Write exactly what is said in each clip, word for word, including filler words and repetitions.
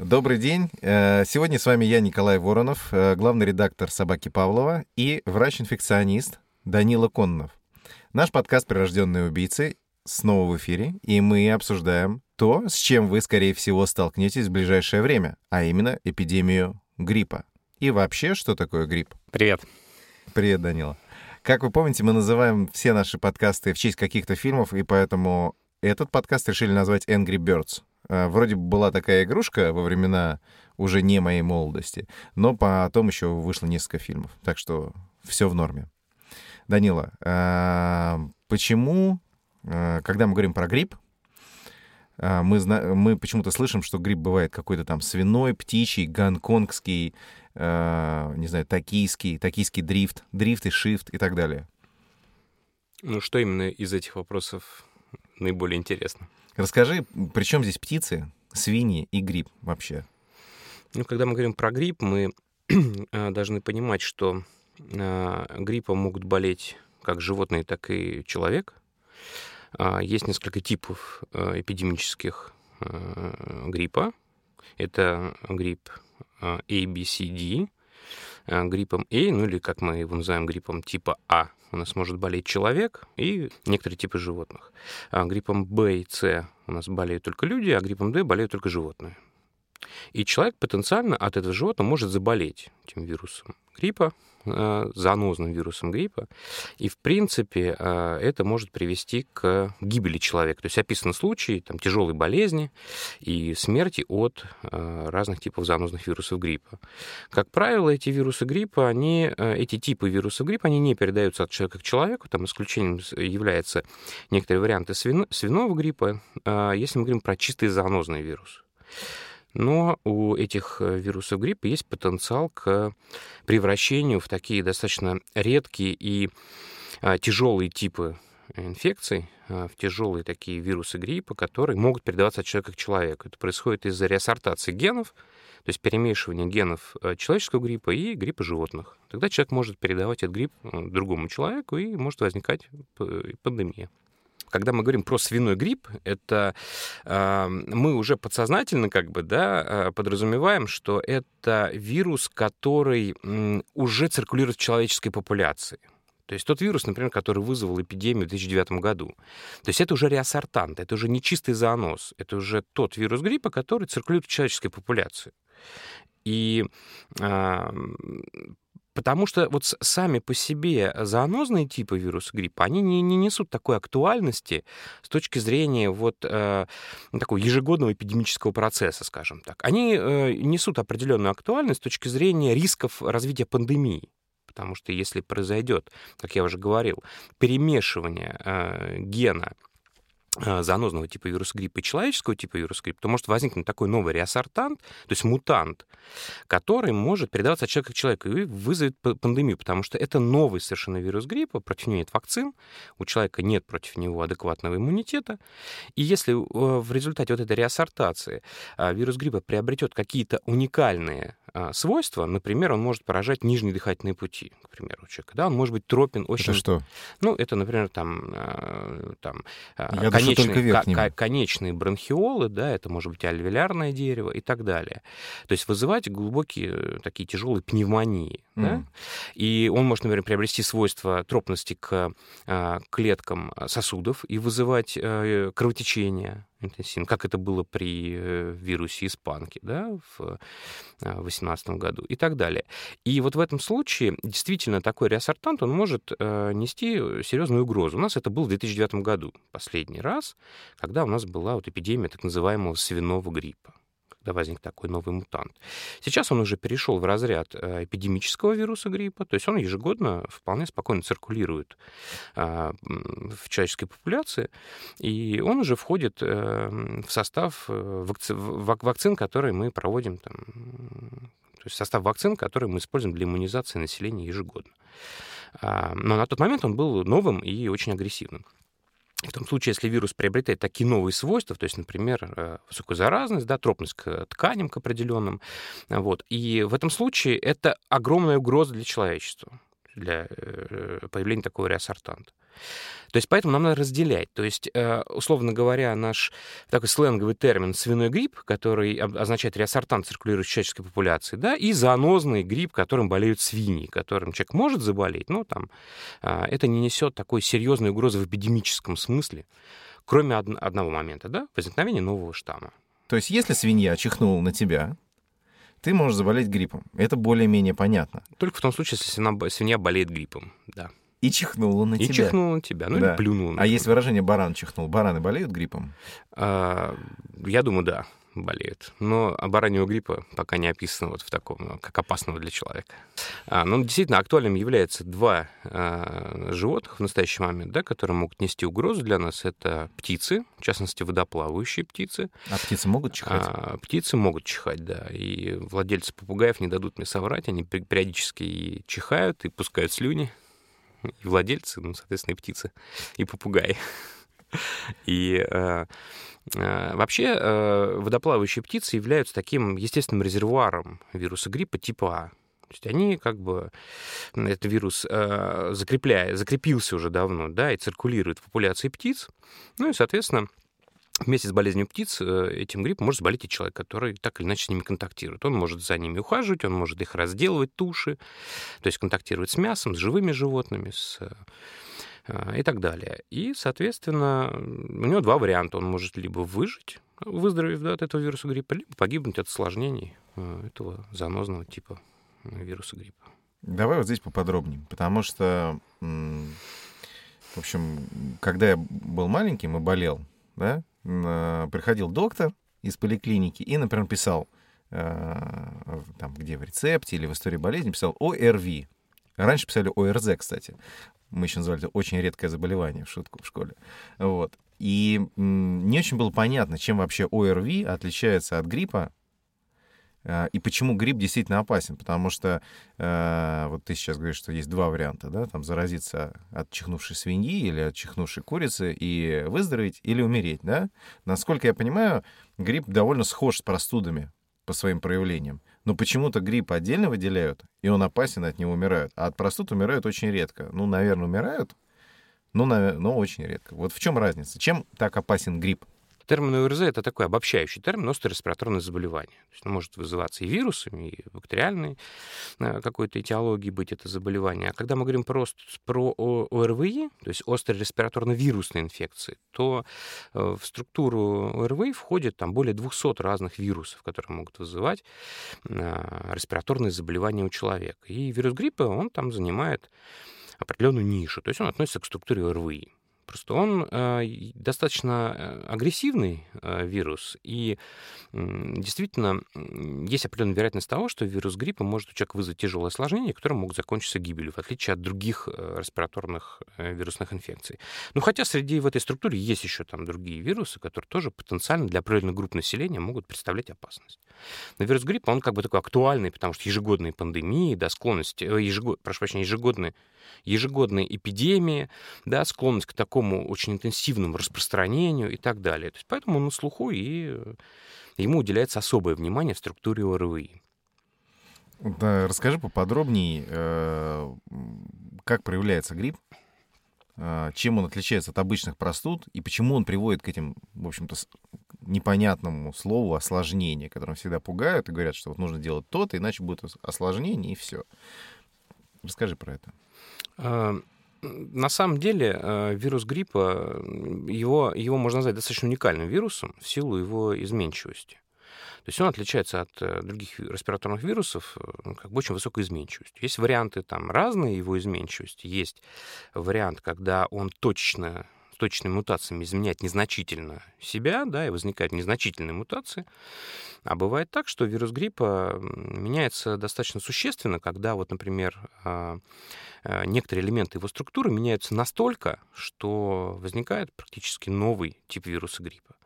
Добрый день. Сегодня с вами я, Николай Воронов, главный редактор «Собаки Павлова» и врач-инфекционист Данила Кононов. Наш подкаст «Прирожденные убийцы» снова в эфире, и мы обсуждаем то, с чем вы, скорее всего, столкнетесь в ближайшее время, а именно эпидемию гриппа. И вообще, что такое грипп? Привет. Привет, Данила. Как вы помните, мы называем все наши подкасты в честь каких-то фильмов, и поэтому этот подкаст решили назвать Angry Birds. Вроде бы была такая игрушка во времена уже не моей молодости, но потом еще вышло несколько фильмов, так что все в норме. Данила, почему, когда мы говорим про грипп, мы, мы почему-то слышим, что грипп бывает какой-то там свиной, птичий, гонконгский, не знаю, токийский, токийский дрифт, дрифт и шифт и так далее? Ну, что именно из этих вопросов наиболее интересно? Расскажи, при чем здесь птицы, свиньи и грипп вообще? Ну, когда мы говорим про грипп, мы должны понимать, что гриппом могут болеть как животные, так и человек. Есть несколько типов эпидемических гриппа. Это грипп A, B, C, D. Гриппом A, ну или как мы его называем, гриппом типа А, у нас может болеть человек и некоторые типы животных. А гриппом Б и С у нас болеют только люди, а гриппом Д болеют только животные. И человек потенциально от этого животного может заболеть этим вирусом гриппа, зоонозным вирусом гриппа. И, в принципе, это может привести к гибели человека. То есть описаны случаи там, тяжелой болезни и смерти от разных типов зоонозных вирусов гриппа. Как правило, эти вирусы гриппа, они, эти типы вирусов гриппа, они не передаются от человека к человеку. Там исключением являются некоторые варианты свино, свиного гриппа, если мы говорим про чистые зоонозные вирусы. Но у этих вирусов гриппа есть потенциал к превращению в такие достаточно редкие и тяжелые типы инфекций, в тяжелые такие вирусы гриппа, которые могут передаваться от человека к человеку. Это происходит из-за реассортации генов, то есть перемешивания генов человеческого гриппа и гриппа животных. Тогда человек может передавать этот грипп другому человеку, и может возникать пандемия. Когда мы говорим про свиной грипп, это э, мы уже подсознательно как бы, да, подразумеваем, что это вирус, который м, уже циркулирует в человеческой популяции. То есть тот вирус, например, который вызвал эпидемию в две тысячи девятом году. То есть это уже реассортант, это уже не чистый зооноз, это уже тот вирус гриппа, который циркулирует в человеческой популяции. И э, Потому что вот сами по себе зоонозные типы вируса гриппа, они не, не несут такой актуальности с точки зрения вот, э, такого ежегодного эпидемического процесса, скажем так. Они э, несут определенную актуальность с точки зрения рисков развития пандемии. Потому что если произойдет, как я уже говорил, перемешивание э, гена зоонозного типа вируса гриппа и человеческого типа вируса гриппа, то может возникнуть такой новый реассортант, то есть мутант, который может передаваться от человека к человеку и вызовет пандемию, потому что это новый совершенно вирус гриппа, против него нет вакцин, у человека нет против него адекватного иммунитета. И если в результате вот этой реассортации вирус гриппа приобретет какие-то уникальные свойства, например, он может поражать нижние дыхательные пути, к примеру, у человека, да, он может быть тропен очень... Это что? Ну, это, например, там... там Я Конечные, к- конечные бронхиолы, да, это может быть альвеолярное дерево и так далее. То есть вызывать глубокие такие тяжелые пневмонии. Mm. Да? И он может, например, приобрести свойства тропности к а, клеткам сосудов и вызывать а, кровотечение интенсивно, как это было при вирусе испанки, да, в две тысячи восемнадцатом году и так далее. И вот в этом случае действительно такой реассортант, он может э, нести серьезную угрозу. У нас это было в две тысячи девятом году, последний раз, когда у нас была вот эпидемия так называемого свиного гриппа, когда возник такой новый мутант. Сейчас он уже перешел в разряд эпидемического вируса гриппа, то есть он ежегодно вполне спокойно циркулирует э, в человеческой популяции, и он уже входит э, в состав вакци... вакцин, которые мы проводим, там, то есть состав вакцин, которые мы используем для иммунизации населения ежегодно. Но на тот момент он был новым и очень агрессивным. В том случае, если вирус приобретает такие новые свойства, то есть, например, высокую заразность, да, тропность к тканям к определенным, вот, и в этом случае это огромная угроза для человечества. для появления такого реассортанта. То есть поэтому нам надо разделять. То есть, условно говоря, наш такой сленговый термин «свиной грипп», который означает реассортант, циркулирующий в человеческой популяции, да, и зоонозный грипп, которым болеют свиньи, которым человек может заболеть, но там это не несет такой серьезной угрозы в эпидемическом смысле, кроме од- одного момента, да, возникновения нового штамма. То есть если свинья чихнула на тебя, ты можешь заболеть гриппом. Это более-менее понятно. Только в том случае, если свинья, свинья болеет гриппом, да. И чихнула на и тебя. И чихнула на тебя, ну да. Или плюнула на тебя. А есть выражение «баран чихнул». Бараны болеют гриппом? А, я думаю, да, болеют. Но бараньего гриппа пока не описано вот в таком, как опасного для человека. А, но действительно актуальным являются два а, животных в настоящий момент, да, которые могут нести угрозу для нас. Это птицы, в частности, водоплавающие птицы. А птицы могут чихать? А, птицы могут чихать, да. И владельцы попугаев не дадут мне соврать. Они периодически и чихают, и пускают слюни. И владельцы, ну, соответственно, и птицы, и попугаи. И э, э, вообще э, водоплавающие птицы являются таким естественным резервуаром вируса гриппа типа А. То есть они как бы, этот вирус э, закрепляя, закрепился уже давно, да, и циркулирует в популяции птиц. Ну и, соответственно, вместе с болезнью птиц этим гриппом может заболеть и человек, который так или иначе с ними контактирует. Он может за ними ухаживать, он может их разделывать, туши, то есть контактировать с мясом, с живыми животными, с... и так далее. И, соответственно, у него два варианта. Он может либо выжить, выздороветь, да, от этого вируса гриппа, либо погибнуть от осложнений этого зоонозного типа вируса гриппа. Давай вот здесь поподробнее, потому что, в общем, когда я был маленьким и болел, да, приходил доктор из поликлиники и, например, писал, там, где в рецепте или в истории болезни, писал О Р Ви. Раньше писали О Р З, кстати. Мы еще называли это очень редкое заболевание в шутку в школе. Вот. И не очень было понятно, чем вообще О Р Ви отличается от гриппа, и почему грипп действительно опасен. Потому что э, вот ты сейчас говоришь, что есть два варианта, да, там заразиться от чихнувшей свиньи или от чихнувшей курицы и выздороветь или умереть, да. Насколько я понимаю, грипп довольно схож с простудами по своим проявлениям. Но почему-то грипп отдельно выделяют, и он опасен, от него умирают. А от простуд умирают очень редко. Ну, наверное, умирают, но, но очень редко. Вот в чем разница? Чем так опасен грипп? Термин О Р З — это такой обобщающий термин, острое респираторное заболевание. То есть он может вызываться и вирусами, и бактериальной какой-то этиологии быть это заболевание. А когда мы говорим просто про О Р В И, то есть острые респираторно-вирусные инфекции, то в структуру О Р В И входит там более двухсот разных вирусов, которые могут вызывать респираторные заболевания у человека. И вирус гриппа, он там занимает определенную нишу, то есть он относится к структуре О Р В И. Просто он э, достаточно агрессивный э, вирус, и э, действительно есть определенная вероятность того, что вирус гриппа может у человека вызвать тяжелые осложнения, которые могут закончиться гибелью, в отличие от других э, респираторных э, вирусных инфекций. Ну, хотя среди в этой структуре есть еще там другие вирусы, которые тоже потенциально для определенных групп населения могут представлять опасность. Но вирус гриппа, он как бы такой актуальный, потому что ежегодные пандемии, да, склонность, э, ежегод, прошу прощения, ежегодные ежегодные эпидемии, да, склонность к такому очень интенсивному распространению и так далее. То есть поэтому он на слуху, и ему уделяется особое внимание в структуре О Р В И. Да, расскажи поподробнее, как проявляется грипп, чем он отличается от обычных простуд, и почему он приводит к этим, в общем-то, непонятному слову осложнения, которым всегда пугают и говорят, что вот нужно делать то-то, иначе будет осложнение, и все. Расскажи про это. На самом деле вирус гриппа, его, его можно назвать достаточно уникальным вирусом в силу его изменчивости. То есть он отличается от других респираторных вирусов как бы очень высокой изменчивостью. Есть варианты там разные его изменчивости. Есть вариант, когда он точно, с точными мутациями изменяет незначительно себя, да, и возникают незначительные мутации. А бывает так, что вирус гриппа меняется достаточно существенно, когда, вот, например, некоторые элементы его структуры меняются настолько, что возникает практически новый тип вируса гриппа.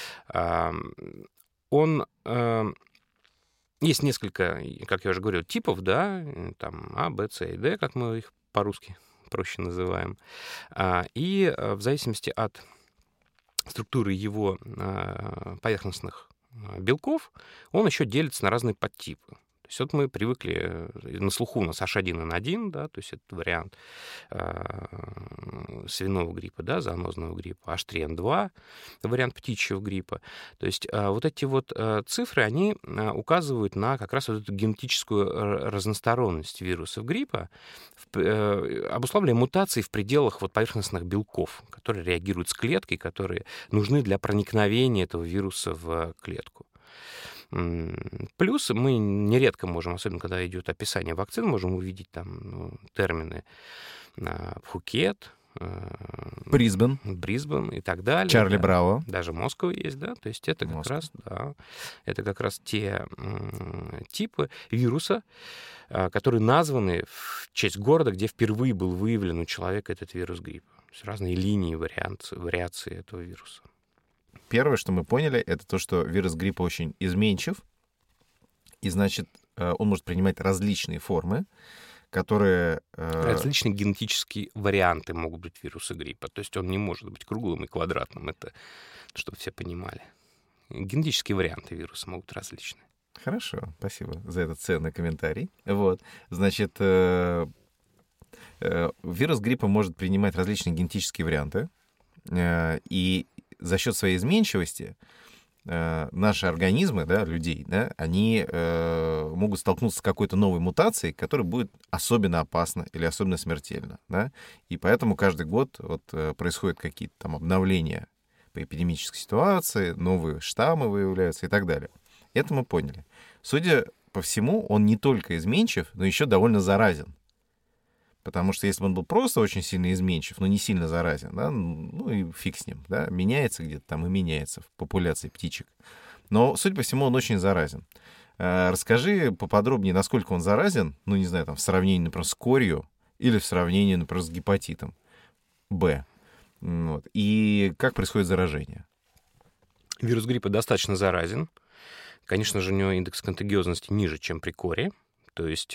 Он... Есть несколько, как я уже говорил, типов, да, там А, Б, С и Д, как мы их по-русски проще называем. И в зависимости от структуры его поверхностных белков, он еще делится на разные подтипы. То есть вот мы привыкли, на слуху у нас эйч один эн один, да, то есть это вариант э, свиного гриппа, да, зоонозного гриппа, эйч три эн два, вариант птичьего гриппа. То есть э, вот эти вот э, цифры, они э, указывают на как раз вот эту генетическую разносторонность вирусов гриппа, в, э, обуславливая мутации в пределах вот поверхностных белков, которые реагируют с клеткой, которые нужны для проникновения этого вируса в клетку. Плюс мы нередко можем, особенно когда идет описание вакцин, можем увидеть там ну, термины Пхукет, Брисбен. Брисбен и так далее. Чарли да. Браво. Даже Москва есть, да. То есть это как Москва. раз, да, это как раз те м, типы вируса, а, которые названы в честь города, где впервые был выявлен у человека этот вирус гриппа. То есть разные линии вариации, вариации этого вируса. Первое, что мы поняли, это то, что вирус гриппа очень изменчив, и, значит, он может принимать различные формы, которые... Различные генетические варианты могут быть вируса гриппа. То есть он не может быть круглым и квадратным. Это чтобы все понимали. Генетические варианты вируса могут быть различные. Хорошо, спасибо за этот ценный комментарий. Вот, значит, э, э, вирус гриппа может принимать различные генетические варианты, э, и за счет своей изменчивости э, наши организмы, да, людей, да, они э, могут столкнуться с какой-то новой мутацией, которая будет особенно опасна или особенно смертельна. Да? И поэтому каждый год вот, э, происходят какие-то там обновления по эпидемической ситуации, новые штаммы выявляются и так далее. Это мы поняли. Судя по всему, он не только изменчив, но еще довольно заразен. Потому что если бы он был просто очень сильно изменчив, но не сильно заразен, да, ну и фиг с ним, да, меняется где-то там и меняется в популяции птичек. Но, судя по всему, он очень заразен. Расскажи поподробнее, насколько он заразен, ну, не знаю, там, в сравнении, например, с корью или в сравнении, например, с гепатитом Б. Вот. И как происходит заражение? Вирус гриппа достаточно заразен. Конечно же, у него индекс контагиозности ниже, чем при коре. То есть...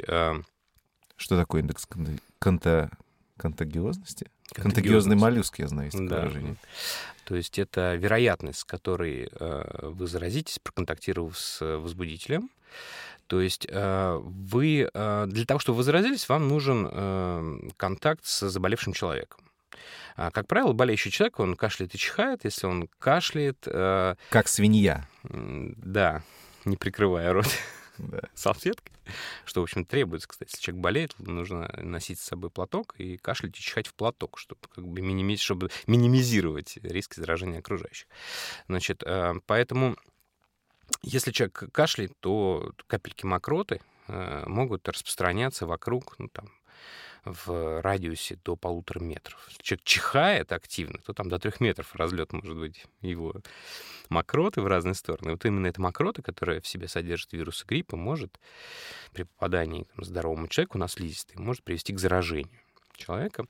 Что такое индекс конта... контагиозности? Контагиозный моллюск, я знаю, есть такое да. выражение. То есть это вероятность, с которой э, вы заразитесь, проконтактировав с возбудителем. То есть э, вы, э, для того, чтобы вы заразились, вам нужен э, контакт с заболевшим человеком. А, как правило, болеющий человек, он кашляет и чихает. Если он кашляет... Э, как свинья. Да, не прикрывая рот. Да. Салфеткой, что, в общем, требуется, кстати. Если человек болеет, нужно носить с собой платок и кашлять и чихать в платок, чтобы, как бы, минимиз... чтобы минимизировать риски заражения окружающих. Значит, поэтому, если человек кашляет, то капельки мокроты могут распространяться вокруг, ну, там, в радиусе до полутора метров. Если человек чихает активно, то там до трех метров разлет может быть его мокроты в разные стороны. Вот именно эта мокрота, которая в себе содержит вирусы гриппа, может при попадании там, здоровому человеку на слизистые, может привести к заражению человека.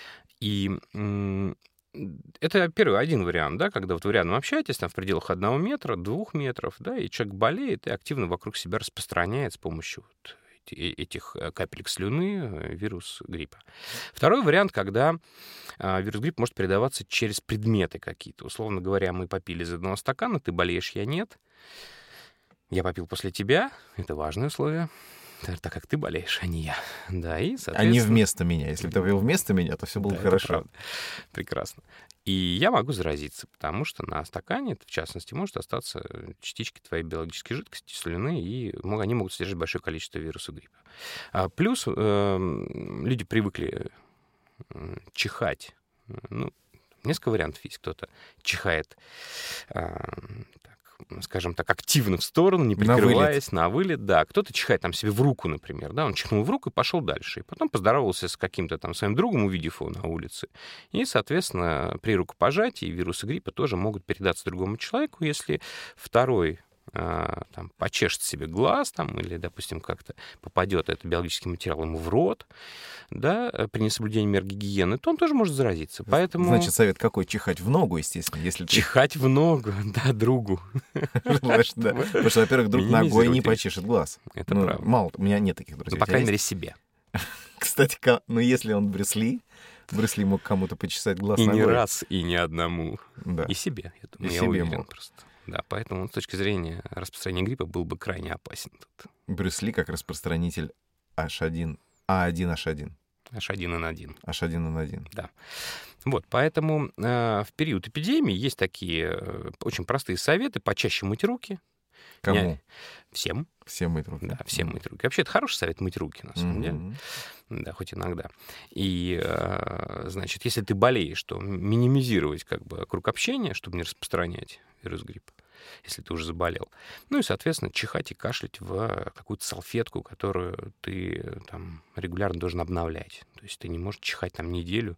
И м- это первый, один вариант, да, когда вот вы рядом общаетесь, там в пределах одного метра, двух метров, да, и человек болеет и активно вокруг себя распространяет с помощью вот этих капелек слюны вирус гриппа. Второй вариант, когда вирус гриппа может передаваться через предметы какие-то. Условно говоря, мы попили из одного стакана, ты болеешь, я нет. Я попил после тебя, это важное условие, так как ты болеешь, а не я. Да, и, соответственно... А не вместо меня. Если бы ты попил вместо меня, то все было да, хорошо. Прекрасно. И я могу заразиться, потому что на стакане, в частности, может остаться частички твоей биологической жидкости, слюны, и они могут содержать большое количество вируса гриппа. А плюс э, люди привыкли чихать. Ну, несколько вариантов есть. Кто-то чихает, э, так, скажем так, активно в сторону, не прикрываясь, на вылет. на вылет. Да, кто-то чихает там себе в руку, например. Да, он чихнул в руку и пошел дальше. И потом поздоровался с каким-то там своим другом, увидев его на улице. И, соответственно, при рукопожатии вирусы гриппа тоже могут передаться другому человеку, если второй а, там, почешет себе глаз там, или, допустим, как-то попадет этот биологический материал ему в рот, да, при несоблюдении мер гигиены, то он тоже может заразиться. Поэтому... Значит, совет какой? Чихать в ногу, естественно. Если ты... Чихать в ногу, да, другу. Потому что, во-первых, друг ногой не почешет глаз. Это правда. Мало, у меня нет таких друзей. Ну, по крайней мере, себе. Кстати, ну если он Брюс Ли, Брюс Ли мог кому-то почесать глаз и ногой. И не раз, и не одному. Да. И себе, я думаю, и я себе уверен мог. просто. да, поэтому с точки зрения распространения гриппа был бы крайне опасен тут. Брюс Ли как распространитель эйч один, а один эйч один. эйч один эн один. эйч один эн один. Да. Вот, поэтому э, в период эпидемии есть такие э, очень простые советы: почаще мыть руки. Кому? Не, всем. Всем мыть руки. Да, всем мыть руки. Вообще, это хороший совет — мыть руки, на самом Мгм. деле. Да, хоть иногда. И, э, значит, если ты болеешь, то минимизировать как бы круг общения, чтобы не распространять вирус гриппа, если ты уже заболел. Ну и, соответственно, чихать и кашлять в какую-то салфетку, которую ты там регулярно должен обновлять. То есть ты не можешь чихать там неделю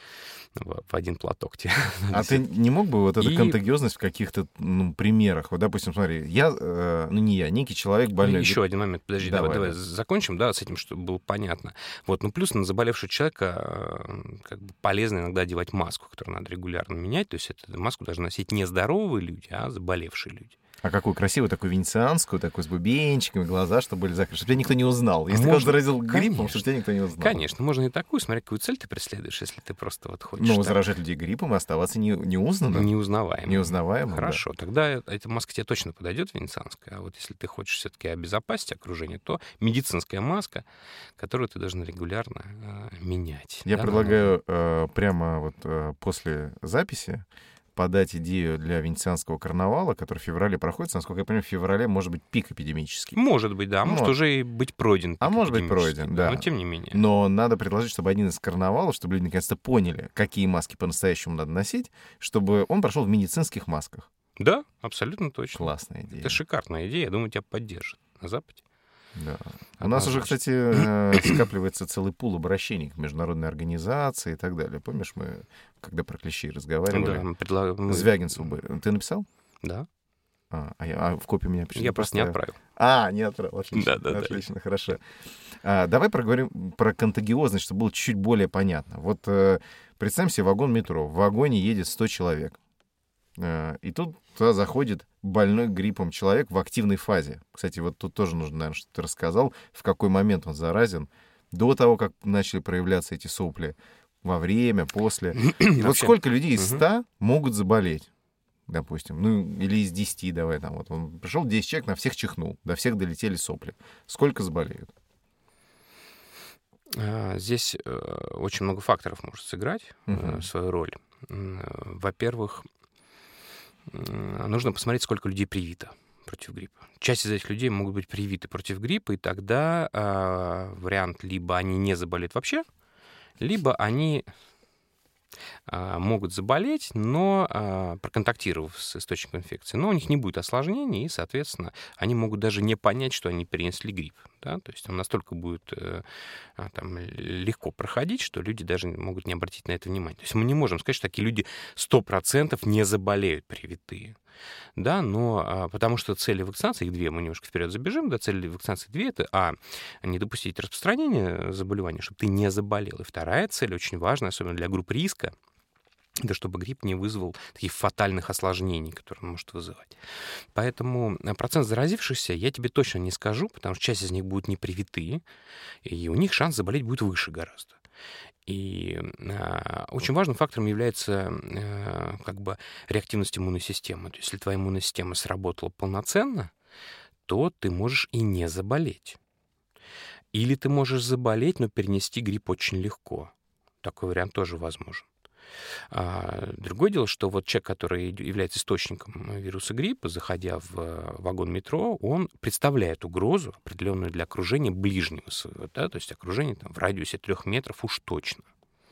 в, в один платок. Тебе А ты не мог бы вот эту И- контагиозность в каких-то ну, примерах? Вот, допустим, смотри, я, э, ну не я, некий человек больной. Еще один момент, подожди, давай, Давай, давай, да. закончим, да, с этим, чтобы было понятно. Вот, ну плюс на заболевшего человека э, как бы полезно иногда одевать маску, которую надо регулярно менять. То есть эту маску должны носить не здоровые люди, а заболевшие люди. А какую красивую, такую венецианскую, такую с бубенчиками, глаза, чтобы были закрыты, чтобы тебя никто не узнал. Если Можно, ты заразил гриппом, конечно. чтобы тебя никто не узнал. Конечно, можно и такую, смотря какую цель ты преследуешь, если ты просто вот хочешь Ну, так, заражать людей гриппом и оставаться не, неузнанным, неузнаваемым. неузнаваемым. Хорошо, тогда эта маска тебе точно подойдет, венецианская. А вот если ты хочешь все-таки обезопасить окружение, то медицинская маска, которую ты должен регулярно э, менять. Да. Я Да, предлагаю э, прямо вот э, после записи подать идею для венецианского карнавала, который в феврале проходит. Насколько я понимаю, в феврале может быть пик эпидемический. Может быть, да, а может Может. уже и быть пройден. А пик может быть, эпидемический, пройден, да. Но тем не менее. Но надо предложить, чтобы один из карнавалов, чтобы люди наконец-то поняли, какие маски по-настоящему надо носить, чтобы он прошел в медицинских масках. Да, абсолютно точно. Классная идея. Это шикарная идея, я думаю, тебя поддержат на Западе. Да. У нас уже, Однозначно. кстати, э, скапливается целый пул обращений к международной организации и так далее. Помнишь, мы, когда про клещей Да, разговаривали, мы предла- мы- Звягинцеву бы- Ты написал? Да, А, а, я, а в копию меня почему-то я просто не поставил. отправил. А, не отправил. Отлично. Да-да-да. Отлично, хорошо. А, давай проговорим про контагиозность, чтобы было чуть более понятно. Вот э, представим себе вагон метро. В вагоне едет сто человек. Э, и тут туда заходит больной гриппом человек в активной фазе. Кстати, вот тут тоже нужно, наверное, что ты рассказал, в какой момент он заразен, до того, как начали проявляться эти сопли, во время, после. И вот Вообще. сколько людей из Мгм. ста могут заболеть? Допустим, ну, или из десяти, давай там, вот он пришел, десять человек, на всех чихнул, до всех долетели сопли. Сколько заболеют? А, Здесь э, очень много факторов может сыграть э, Мгм. свою роль. М, э, Во-первых, м, нужно посмотреть, сколько людей привито против гриппа. Часть из этих людей могут быть привиты против гриппа, и тогда а, вариант либо они не заболеют вообще, либо они а, могут заболеть, но а, проконтактировав с источником инфекции, но у них не будет осложнений, и, соответственно, они могут даже не понять, что они перенесли грипп. Да? То есть он настолько будет э, а, там, легко проходить, что люди даже могут не обратить на это внимание. То есть мы не можем сказать, что такие люди сто процентов не заболеют привитые. Да, но а, потому что цели вакцинации, их две, мы немножко вперед забежим, да, цели вакцинации две, это, а, не допустить распространения заболевания, чтобы ты не заболел. И вторая цель, очень важная, особенно для групп риска, это чтобы грипп не вызвал таких фатальных осложнений, которые он может вызывать. Поэтому процент заразившихся я тебе точно не скажу, потому что часть из них будут непривитые, и у них шанс заболеть будет выше гораздо. И э, очень важным фактором является э, как бы реактивность иммунной системы. То есть если твоя иммунная система сработала полноценно, то ты можешь и не заболеть. Или ты можешь заболеть, но перенести грипп очень легко. Такой вариант тоже возможен. А другое дело, что вот человек, который является источником вируса гриппа, заходя в вагон метро, он представляет угрозу определенную для окружения ближнего своего, да, то есть окружение там, в радиусе трех метров уж точно.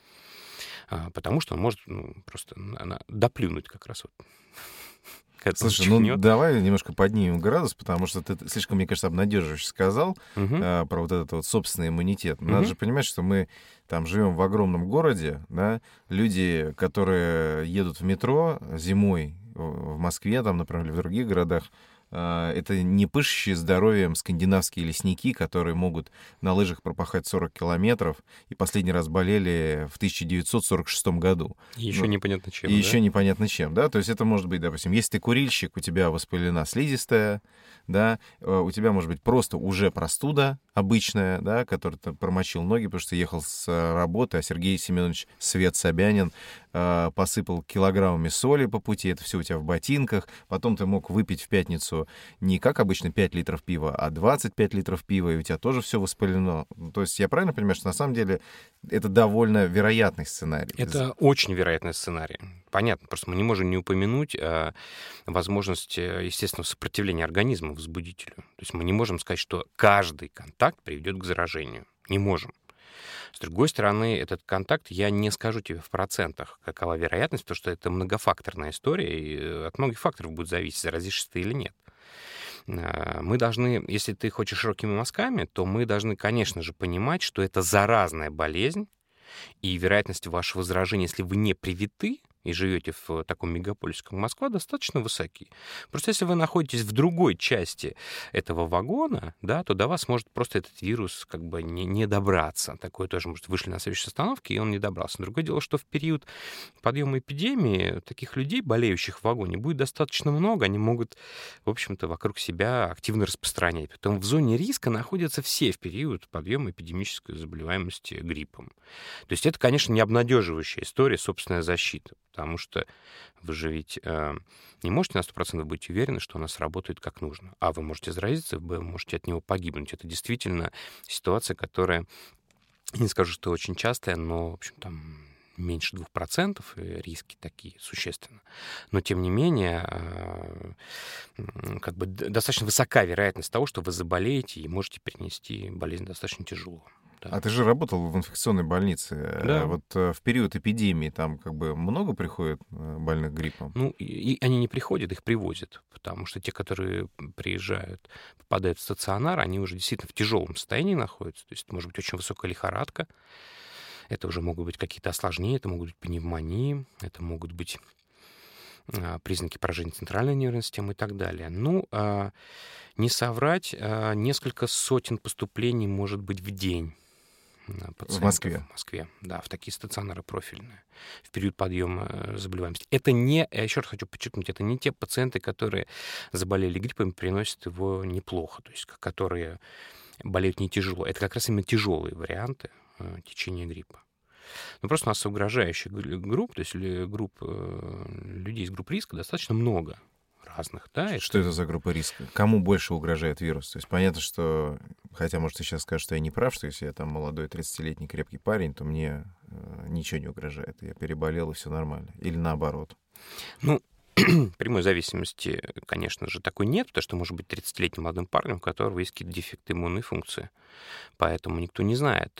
А, потому что он может ну, просто она, доплюнуть как раз вот. Слушай, ну давай немножко поднимем градус, потому что ты слишком, мне кажется, обнадеживающе сказал Угу. э, про вот этот вот собственный иммунитет. Надо Мгм. же понимать, что мы там живем в огромном городе, да, люди, которые едут в метро зимой в Москве, там, например, или в других городах, э, это не пышущие здоровьем скандинавские лесники, которые могут на лыжах пропахать сорок километров и последний раз болели в тысяча девятьсот сорок шестом году. Еще Ну, непонятно чем. И да? еще непонятно чем, да, то есть это может быть, допустим, если ты курильщик, у тебя воспалена слизистая, да, э, у тебя может быть просто уже простуда обычная, да, который промочил ноги, потому что ехал с работы, а Сергей Семенович Свет Собянин э, посыпал килограммами соли по пути, это все у тебя в ботинках, потом ты мог выпить в пятницу не как обычно пять литров пива, а двадцать пять литров пива, и у тебя тоже все воспалено. То есть я правильно понимаю, что на самом деле это довольно вероятный сценарий? Это очень вероятный сценарий. Понятно, просто мы не можем не упомянуть о возможности естественного сопротивления организма возбудителю. То есть мы не можем сказать, что каждый контакт приведет к заражению. Не можем. С другой стороны, этот контакт, я не скажу тебе в процентах, какова вероятность, потому что это многофакторная история, и от многих факторов будет зависеть, заразишься ты или нет. Мы должны, если ты хочешь широкими мазками, то мы должны, конечно же, понимать, что это заразная болезнь, и вероятность вашего заражения, если вы не привиты и живете в таком мегаполисе, как Москва, достаточно высоки. Просто если вы находитесь в другой части этого вагона, да, то до вас может просто этот вирус как бы не, не добраться. Такое тоже, может, вышли на следующей остановке, и он не добрался. Другое дело, что в период подъема эпидемии таких людей, болеющих в вагоне, будет достаточно много. Они могут, в общем-то, вокруг себя активно распространять. Потом в зоне риска находятся все в период подъема эпидемической заболеваемости гриппом. То есть это, конечно, не обнадеживающая история, собственная защита. Потому что вы же ведь э, не можете на сто процентов быть уверены, что она сработает как нужно. А вы можете заразиться, вы можете от него погибнуть. Это действительно ситуация, которая, не скажу, что очень частая, но, в общем, там меньше двух процентов риски такие существенно. Но, тем не менее, э, как бы достаточно высока вероятность того, что вы заболеете и можете перенести болезнь достаточно тяжело. Да. А ты же работал в инфекционной больнице. Да. Вот в период эпидемии там как бы много приходит больных гриппом? Ну, и, и они не приходят, их привозят, потому что те, которые приезжают, попадают в стационар, они уже действительно в тяжелом состоянии находятся. То есть это может быть очень высокая лихорадка, это уже могут быть какие-то осложнения, это могут быть пневмонии, это могут быть а, признаки поражения центральной нервной системы и так далее. Ну, а, не соврать, а, несколько сотен поступлений может быть в день. В Москве? В Москве, да, в такие стационары профильные в период подъема заболеваемости. Это не, я еще раз хочу подчеркнуть, это не те пациенты, которые заболели гриппом и переносят его неплохо, то есть которые болеют не тяжело. Это как раз именно тяжелые варианты э, течения гриппа. Но просто у нас угрожающих групп, то есть групп, э, людей из групп риска достаточно много. Разных, да? Что это... это за группа риска? Кому больше угрожает вирус? То есть понятно, что, хотя, может, ты сейчас скажешь, что я не прав, что если я там молодой тридцатилетний крепкий парень, то мне э, ничего не угрожает. Я переболел, и все нормально. Или наоборот. Ну, прямой зависимости, конечно же, такой нет, потому что может быть тридцатилетним молодым парнем, у которого есть какие-то дефекты иммунной функции. Поэтому никто не знает,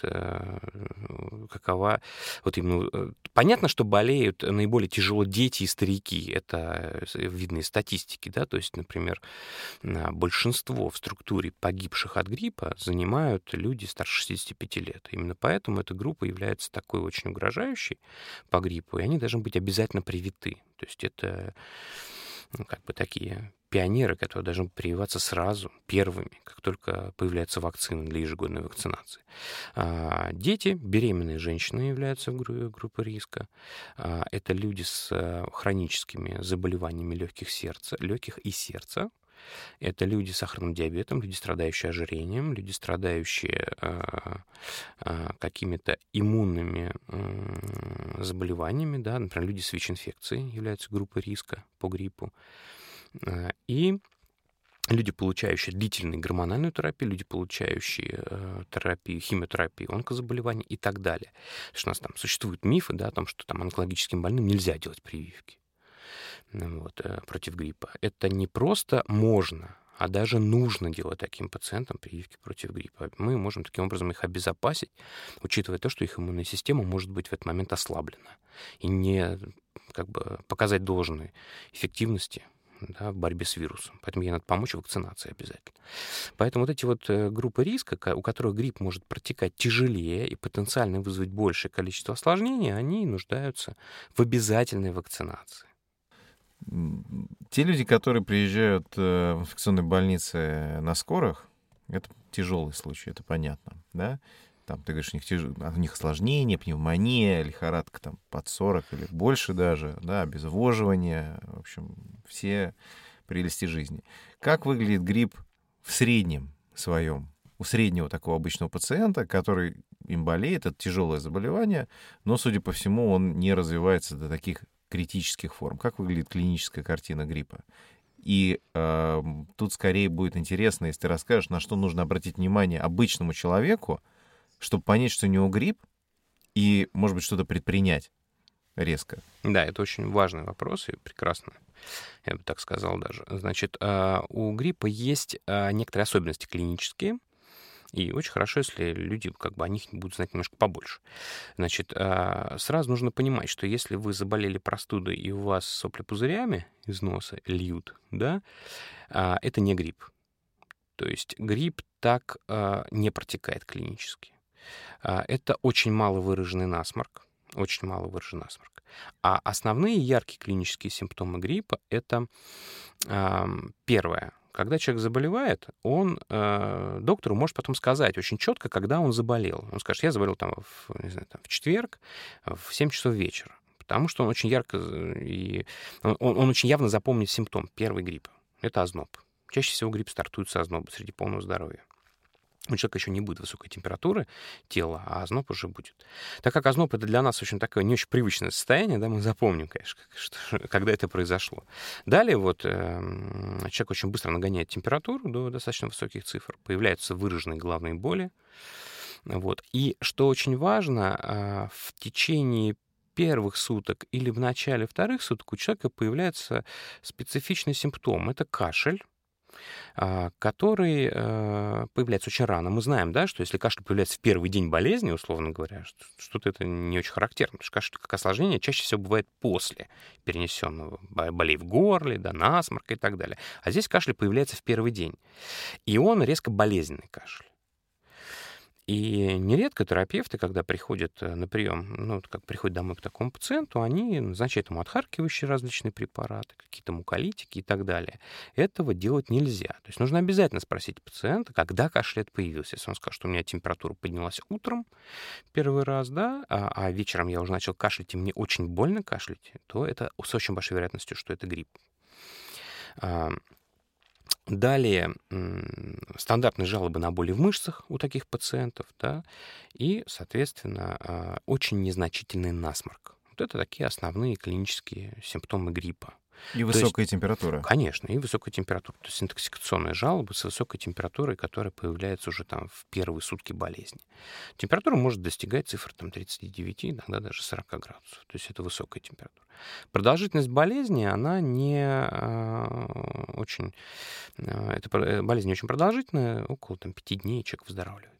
какова... Вот именно... Понятно, что болеют наиболее тяжело дети и старики. Это видно из статистики, да, то есть, например, большинство в структуре погибших от гриппа занимают люди старше шестидесяти пяти лет. Именно поэтому эта группа является такой очень угрожающей по гриппу, и они должны быть обязательно привиты. То есть это, ну, как бы такие пионеры, которые должны прививаться сразу, первыми, как только появляется вакцина для ежегодной вакцинации. А дети, беременные женщины являются группой риска. А это люди с хроническими заболеваниями легких, сердца, легких и сердца. Это люди с сахарным диабетом, люди, страдающие ожирением, люди, страдающие э, э, какими-то иммунными э, заболеваниями, да, например, люди с ВИЧ-инфекцией являются группой риска по гриппу. Э, и люди, получающие длительную гормональную терапию, люди, получающие э, терапию, химиотерапию, онкозаболевания и так далее. Потому что у нас там существуют мифы, да, о том, что там онкологическим больным нельзя делать прививки. Вот, против гриппа. Это не просто можно, а даже нужно делать таким пациентам прививки против гриппа. Мы можем таким образом их обезопасить, учитывая то, что их иммунная система может быть в этот момент ослаблена и не как бы, показать должной эффективности, да, в борьбе с вирусом. Поэтому ей надо помочь в вакцинации обязательно. Поэтому вот эти вот группы риска, у которых грипп может протекать тяжелее и потенциально вызвать большее количество осложнений, они нуждаются в обязательной вакцинации. Те люди, которые приезжают в инфекционные больницы на скорых, это тяжелый случай, это понятно, да? Там, ты говоришь, у них, тяж... у них осложнения, пневмония, лихорадка там, под сорок или больше даже, да, обезвоживание, в общем, все прелести жизни. Как выглядит грипп в среднем своем? у среднего такого обычного пациента, который им болеет, это тяжелое заболевание, но, судя по всему, он не развивается до таких критических форм. Как выглядит клиническая картина гриппа? И э, тут скорее будет интересно, если ты расскажешь, на что нужно обратить внимание обычному человеку, чтобы понять, что у него грипп, и, может быть, что-то предпринять резко. Да, это очень важный вопрос и прекрасно, я бы так сказал даже. Значит, у гриппа есть некоторые особенности клинические, и очень хорошо, если люди как бы о них будут знать немножко побольше. Значит, сразу нужно понимать, что если вы заболели простудой и у вас сопли пузырями из носа льют, да, это не грипп. То есть грипп так не протекает клинически. Это очень мало выраженный насморк, очень мало выражен насморк. А основные яркие клинические симптомы гриппа — это первое. Когда человек заболевает, он э, доктору может потом сказать очень четко, когда он заболел. Он скажет, я заболел там в, не знаю, там, в четверг в семь часов вечера, потому что он очень ярко и он, он очень явно запомнит симптом первый гриппа. Это озноб. Чаще всего грипп стартует с озноба среди полного здоровья. У человека еще не будет высокой температуры тела, а озноб уже будет. Так как озноб — это для нас очень такое не очень привычное состояние, да, мы запомним, конечно, что, когда это произошло. Далее вот э, человек очень быстро нагоняет температуру до достаточно высоких цифр, появляются выраженные головные боли. Вот. И что очень важно, э, в течение первых суток или в начале вторых суток у человека появляется специфичный симптом. Это кашель, который э, появляется очень рано. Мы знаем, да, что если кашель появляется в первый день болезни, условно говоря, что-то это не очень характерно, потому что кашель как осложнение чаще всего бывает после перенесенного болей в горле, да, насморка и так далее. А здесь кашель появляется в первый день, и он резко болезненный кашель. И нередко терапевты, когда приходят на прием, ну, как приходят домой к такому пациенту, они назначают ему отхаркивающие различные препараты, какие-то муколитики и так далее. Этого делать нельзя. То есть нужно обязательно спросить пациента, когда кашель это появился. Если он скажет, что у меня температура поднялась утром первый раз, да, а, а вечером я уже начал кашлять, и мне очень больно кашлять, то это с очень большой вероятностью, что это грипп. Далее стандартные жалобы на боли в мышцах у таких пациентов, да, и, соответственно, очень незначительный насморк. Вот это такие основные клинические симптомы гриппа. И высокая есть, температура. Конечно, и высокая температура. То есть интоксикационные жалобы с высокой температурой, которая появляется уже там в первые сутки болезни. Температура может достигать цифр там, тридцать девять, иногда даже сорок градусов. То есть это высокая температура. Продолжительность болезни, она не э, очень... Э, эта болезнь не очень продолжительная, около там, пяти дней человек выздоравливает.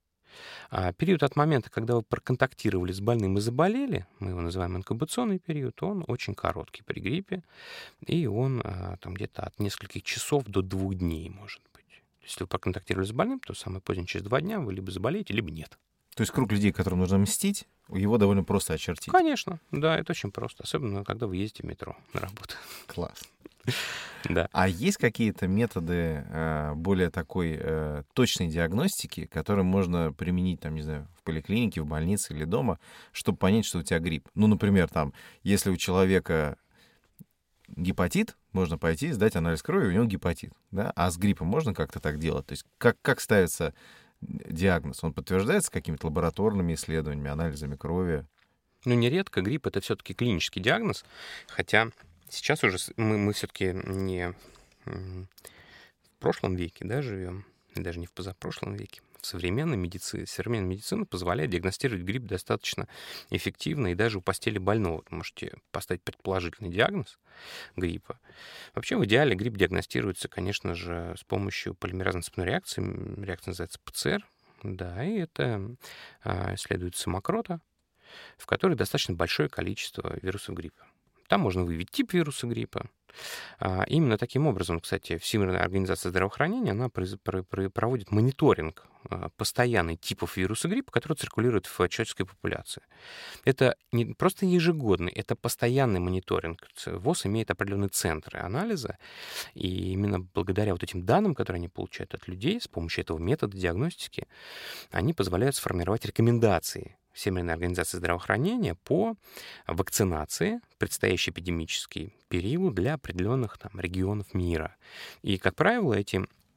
А период от момента, когда вы проконтактировали с больным и заболели, мы его называем инкубационный период, он очень короткий при гриппе, и он там, где-то от нескольких часов до двух дней может быть. Если вы проконтактировали с больным, то самое позднее через два дня вы либо заболеете, либо нет. То есть круг людей, которым нужно мстить, его довольно просто очертить. Конечно, да, это очень просто, особенно когда вы ездите в метро на работу. Класс. Да. А есть какие-то методы э, более такой э, точной диагностики, которые можно применить, там, не знаю, в поликлинике, в больнице или дома, чтобы понять, что у тебя грипп? Ну, например, там, если у человека гепатит, можно пойти и сдать анализ крови, у него гепатит, да? А с гриппом можно как-то так делать? То есть как, как ставится диагноз? Он подтверждается какими-то лабораторными исследованиями, анализами крови? Ну, нередко грипп — это все-таки клинический диагноз, хотя... Сейчас уже мы, мы все-таки не в прошлом веке, да, живем, даже не в позапрошлом веке. В современной медицине, современная медицина позволяет диагностировать грипп достаточно эффективно, и даже у постели больного вы можете поставить предположительный диагноз гриппа. Вообще, в идеале грипп диагностируется, конечно же, с помощью полимеразной цепной реакции. Реакция называется ПЦР, да, и это исследуется мокрота, в которой достаточно большое количество вирусов гриппа. Там можно выявить тип вируса гриппа. Именно таким образом, кстати, Всемирная организация здравоохранения, она проводит мониторинг постоянный типов вируса гриппа, которые циркулируют в человеческой популяции. Это не просто ежегодный, это постоянный мониторинг. ВОЗ имеет определенные центры анализа, и именно благодаря вот этим данным, которые они получают от людей, с помощью этого метода диагностики, они позволяют сформировать рекомендации Всемирной организации здравоохранения по вакцинации в предстоящий эпидемический период для определенных там, регионов мира. И, как правило, эти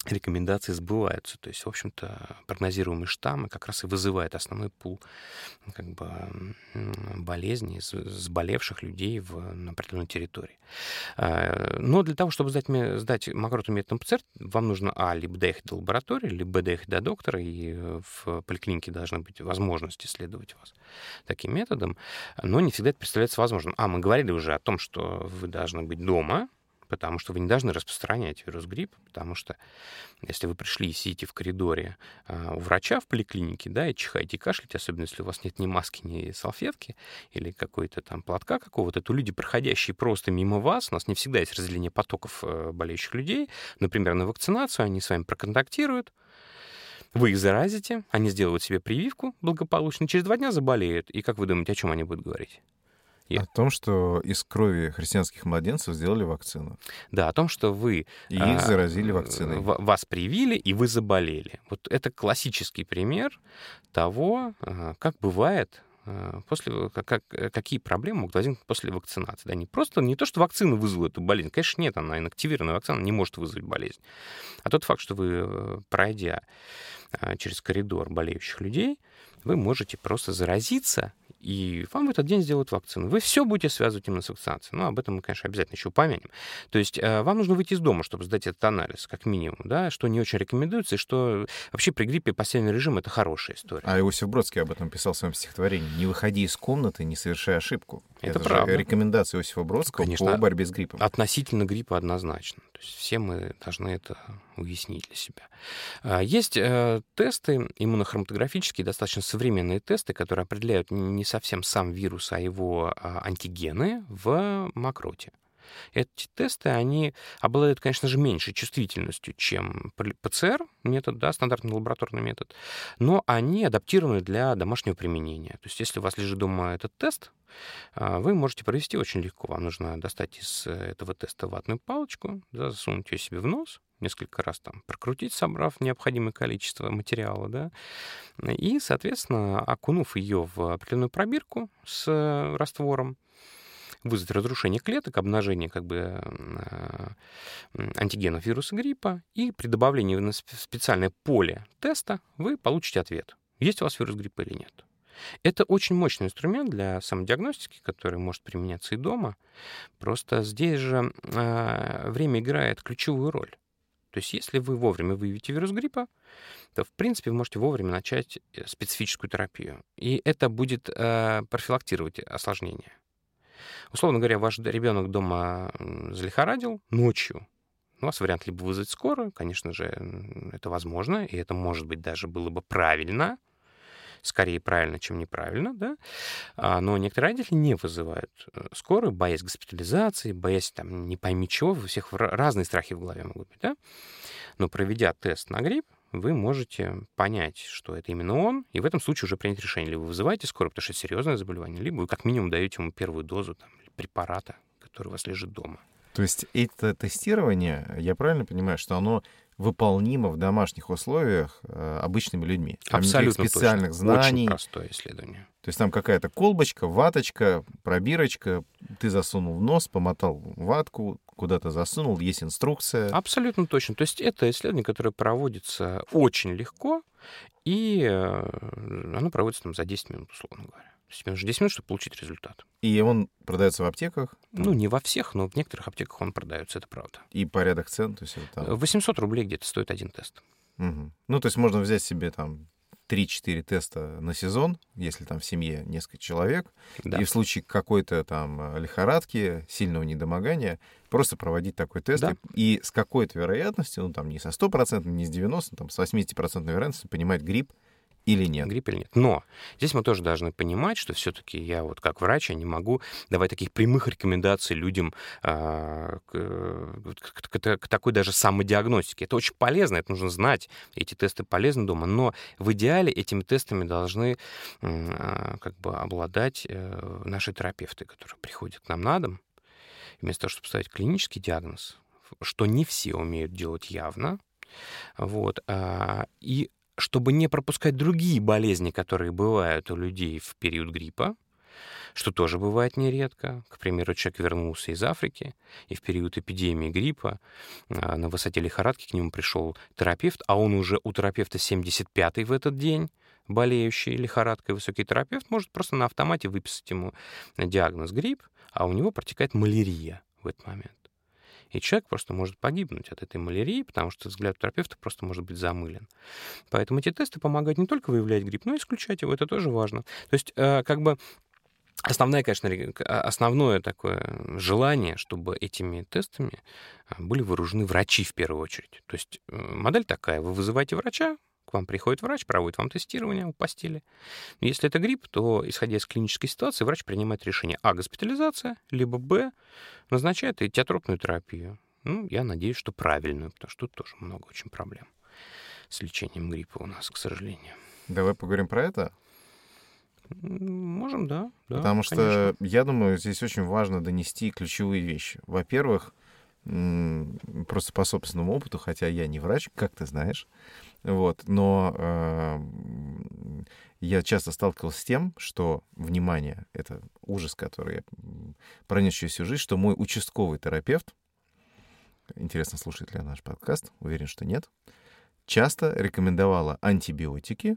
рекомендации сбываются. То есть, в общем-то, прогнозируемые штаммы как раз и вызывают основной пул как бы, болезней, заболевших людей в, на определенной территории. Но для того, чтобы сдать, сдать мокроту методом ПЦР, вам нужно, а, либо доехать до лаборатории, либо б, доехать до доктора, и в поликлинике должна быть возможность исследовать вас таким методом, но не всегда это представляется возможным. А, мы говорили уже о том, что вы должны быть дома, потому что вы не должны распространять вирус гриппа, потому что если вы пришли и сидите в коридоре а, у врача в поликлинике, да, и чихаете и кашляете, особенно если у вас нет ни маски, ни салфетки или какой-то там платка какого-то, то люди, проходящие просто мимо вас, у нас не всегда есть разделение потоков э, болеющих людей, например, на вакцинацию, они с вами проконтактируют, вы их заразите, они сделают себе прививку благополучно, через два дня заболеют. И как вы думаете, о чем они будут говорить? О том, что из крови христианских младенцев сделали вакцину. Да, о том, что вы... И их а, заразили вакциной. Вас привили, и вы заболели. Вот это классический пример того, как бывает после... Как, какие проблемы могут возникнуть после вакцинации. Да, не просто не то, что вакцина вызвала эту болезнь. Конечно, нет, она инактивированная вакцина не может вызвать болезнь. А тот факт, что вы, пройдя через коридор болеющих людей, вы можете просто заразиться, и вам в этот день сделают вакцину. Вы все будете связывать именно с вакцинацией. Ну, об этом мы, конечно, обязательно еще упомянем. То есть вам нужно выйти из дома, чтобы сдать этот анализ, как минимум, да, что не очень рекомендуется, и что вообще при гриппе постельный режим — это хорошая история. А Иосиф Бродский об этом писал в своем стихотворении. «Не выходи из комнаты, не совершай ошибку». Это, это правда. Же рекомендация Иосифа Бродского, конечно, по борьбе с гриппом. Относительно гриппа однозначно. То есть все мы должны это уяснить для себя. Есть э, тесты иммунохроматографические, достаточно современные тесты, которые определяют не совсем сам вирус, а его а, антигены в мокроте. Эти тесты, они обладают, конечно же, меньшей чувствительностью, чем ПЦР метод, да, стандартный лабораторный метод, но они адаптированы для домашнего применения. То есть если у вас лежит дома этот тест, вы можете провести очень легко. Вам нужно достать из этого теста ватную палочку, да, засунуть ее себе в нос, несколько раз там прокрутить, собрав необходимое количество материала, да, и, соответственно, окунув ее в определенную пробирку с раствором, вызвать разрушение клеток, обнажение как бы антигенов вируса гриппа, и при добавлении на специальное поле теста вы получите ответ, есть у вас вирус гриппа или нет. Это очень мощный инструмент для самодиагностики, который может применяться и дома. Просто здесь же э, время играет ключевую роль. То есть если вы вовремя выявите вирус гриппа, то, в принципе, вы можете вовремя начать специфическую терапию. И это будет э, профилактировать осложнения. Условно говоря, ваш ребенок дома залихорадил ночью. У вас вариант либо вызвать скорую, конечно же, это возможно, и это, может быть, даже было бы правильно, скорее правильно, чем неправильно, да? Но некоторые родители не вызывают скорую, боясь госпитализации, боясь там не пойми чего, у всех разные страхи в голове могут быть, да? Но проведя тест на грипп, вы можете понять, что это именно он, и в этом случае уже принять решение. Либо вы вызываете скорую, потому что это серьезное заболевание, либо вы как минимум даете ему первую дозу там, препарата, который у вас лежит дома. То есть это тестирование, я правильно понимаю, что оно выполнимо в домашних условиях э, обычными людьми? Там абсолютно специальных точно. знаний. Очень простое исследование. То есть там какая-то колбочка, ваточка, пробирочка, ты засунул в нос, помотал ватку, куда-то засунул, есть инструкция. Абсолютно точно. То есть это исследование, которое проводится очень легко, и оно проводится там, за десять минут, условно говоря. То есть тебе нужно десять минут, чтобы получить результат. И он продается в аптеках? Ну, не во всех, но в некоторых аптеках он продается, это правда. И порядок цен? То есть это там... восемьсот рублей где-то стоит один тест. Угу. Ну, то есть можно взять себе там три-четыре теста на сезон, если там в семье несколько человек, да. И в случае какой-то там лихорадки, сильного недомогания, просто проводить такой тест. Да. И, и с какой-то вероятностью, ну там не со сто процентов, не с девяносто процентов, там с восемьдесят процентов вероятностью понимать, грипп или нет. Грипп или нет. Но здесь мы тоже должны понимать, что все-таки я вот как врач, я не могу давать таких прямых рекомендаций людям а, к, к, к, к такой даже самодиагностике. Это очень полезно, это нужно знать. Эти тесты полезны дома, но в идеале этими тестами должны а, как бы обладать а, наши терапевты, которые приходят к нам на дом. Вместо того, чтобы ставить клинический диагноз, что не все умеют делать явно, вот, а, и чтобы не пропускать другие болезни, которые бывают у людей в период гриппа, что тоже бывает нередко. К примеру, человек вернулся из Африки, и в период эпидемии гриппа на высоте лихорадки к нему пришел терапевт, а он уже у терапевта семьдесят пятый в этот день, болеющий лихорадкой, высокий терапевт может просто на автомате выписать ему диагноз грипп, а у него протекает малярия в этот момент. И человек просто может погибнуть от этой малярии, потому что взгляд терапевта просто может быть замылен. Поэтому эти тесты помогают не только выявлять грипп, но и исключать его. Это тоже важно. То есть, как бы основное, конечно, основное такое желание, чтобы этими тестами были вооружены врачи в первую очередь. То есть модель такая: вы вызываете врача, к вам приходит врач, проводит вам тестирование у постели. Если это грипп, то, исходя из клинической ситуации, врач принимает решение: а, госпитализация, либо б, назначает этиотропную терапию. Ну, я надеюсь, что правильную, потому что тут тоже много очень проблем с лечением гриппа у нас, к сожалению. Давай поговорим про это. Можем, да. да Потому конечно. что, я думаю, здесь очень важно донести ключевые вещи. Во-первых, просто по собственному опыту, хотя я не врач, как ты знаешь, вот, но э, я часто сталкивался с тем, что, внимание, это ужас, который я пронес через всю жизнь, что мой участковый терапевт, интересно, слушает ли наш подкаст, уверен, что нет, часто рекомендовала антибиотики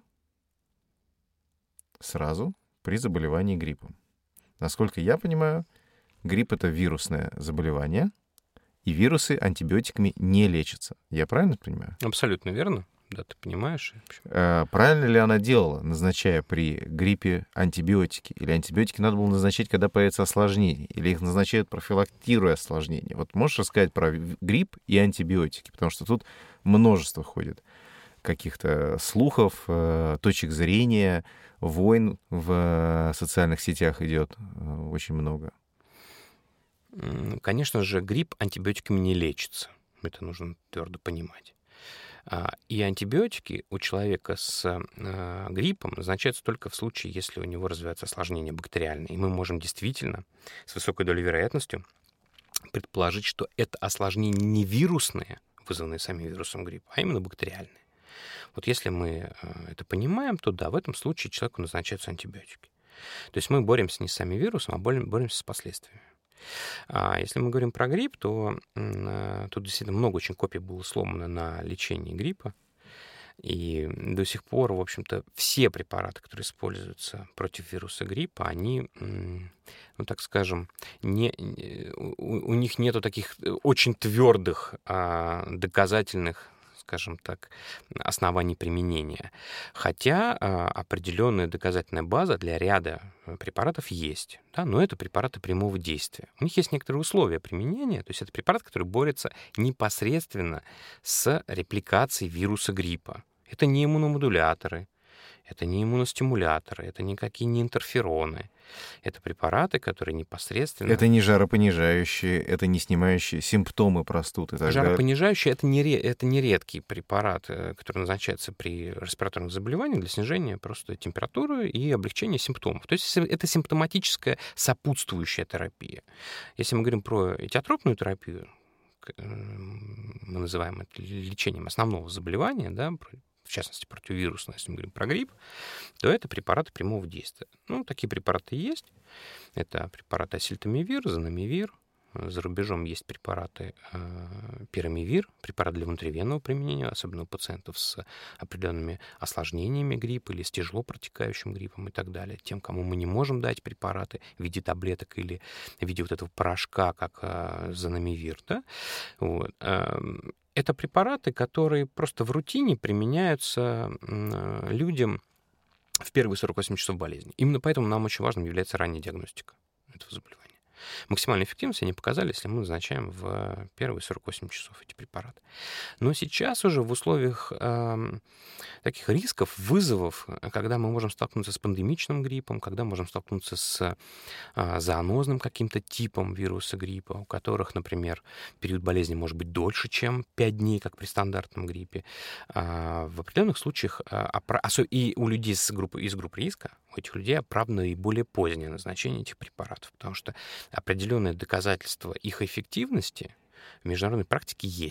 сразу при заболевании гриппом. Насколько я понимаю, грипп — это вирусное заболевание, и вирусы антибиотиками не лечатся. Я правильно понимаю? Абсолютно верно. Да, ты понимаешь. А, правильно ли она делала, назначая при гриппе антибиотики? Или антибиотики надо было назначать, когда появится осложнение? Или их назначают, профилактируя осложнение? Вот можешь рассказать про грипп и антибиотики? Потому что тут множество ходит каких-то слухов, точек зрения, войн в социальных сетях идет очень много. Конечно же, грипп антибиотиками не лечится. Это нужно твердо понимать. И антибиотики у человека с гриппом назначаются только в случае, если у него развивается осложнение бактериальное. И мы можем действительно с высокой долей вероятностью предположить, что это осложнение не вирусные, вызванные самим вирусом гриппа, а именно бактериальные. Вот если мы это понимаем, то да, в этом случае человеку назначаются антибиотики. То есть мы боремся не с самим вирусом, а боремся с последствиями. А если мы говорим про грипп, то э, тут действительно много очень копий было сломано на лечении гриппа. И до сих пор, в общем-то, все препараты, которые используются против вируса гриппа, они, ну так скажем, не, у, у них нету таких очень твердых а, доказательных, скажем так, оснований применения. Хотя а, определенная доказательная база для ряда препаратов есть, да, но это препараты прямого действия. У них есть некоторые условия применения, то есть это препарат, который борется непосредственно с репликацией вируса гриппа. Это не иммуномодуляторы, это не иммуностимуляторы, это никакие не интерфероны. Это препараты, которые непосредственно... Это не жаропонижающие, это не снимающие симптомы простуды. Жаропонижающие — это не, это не редкий препарат, который назначается при респираторных заболеваниях для снижения просто температуры и облегчения симптомов. То есть это симптоматическая сопутствующая терапия. Если мы говорим про этиотропную терапию, мы называем это лечением основного заболевания, да, в частности, противовирусное, если мы говорим про грипп, то это препараты прямого действия. Ну, такие препараты есть. Это препараты осельтамивир, занамивир. За рубежом есть препараты э, пирамивир, препарат для внутривенного применения, особенно у пациентов с определенными осложнениями гриппа или с тяжело протекающим гриппом и так далее. Тем, кому мы не можем дать препараты в виде таблеток или в виде вот этого порошка, как э, занамивир, да? Вот. Это препараты, которые просто в рутине применяются э, людям в первые сорок восемь часов болезни. Именно поэтому нам очень важным является ранняя диагностика этого заболевания. Максимальную эффективность они показали, если мы назначаем в первые сорок восемь часов эти препараты. Но сейчас уже в условиях э, таких рисков, вызовов, когда мы можем столкнуться с пандемичным гриппом, когда можем столкнуться с э, зоонозным каким-то типом вируса гриппа, у которых, например, период болезни может быть дольше, чем пять дней, как при стандартном гриппе, э, в определенных случаях, э, и у людей с группы, из группы риска, у этих людей оправдано и более позднее назначение этих препаратов, потому что определенные доказательства их эффективности в международной практике есть.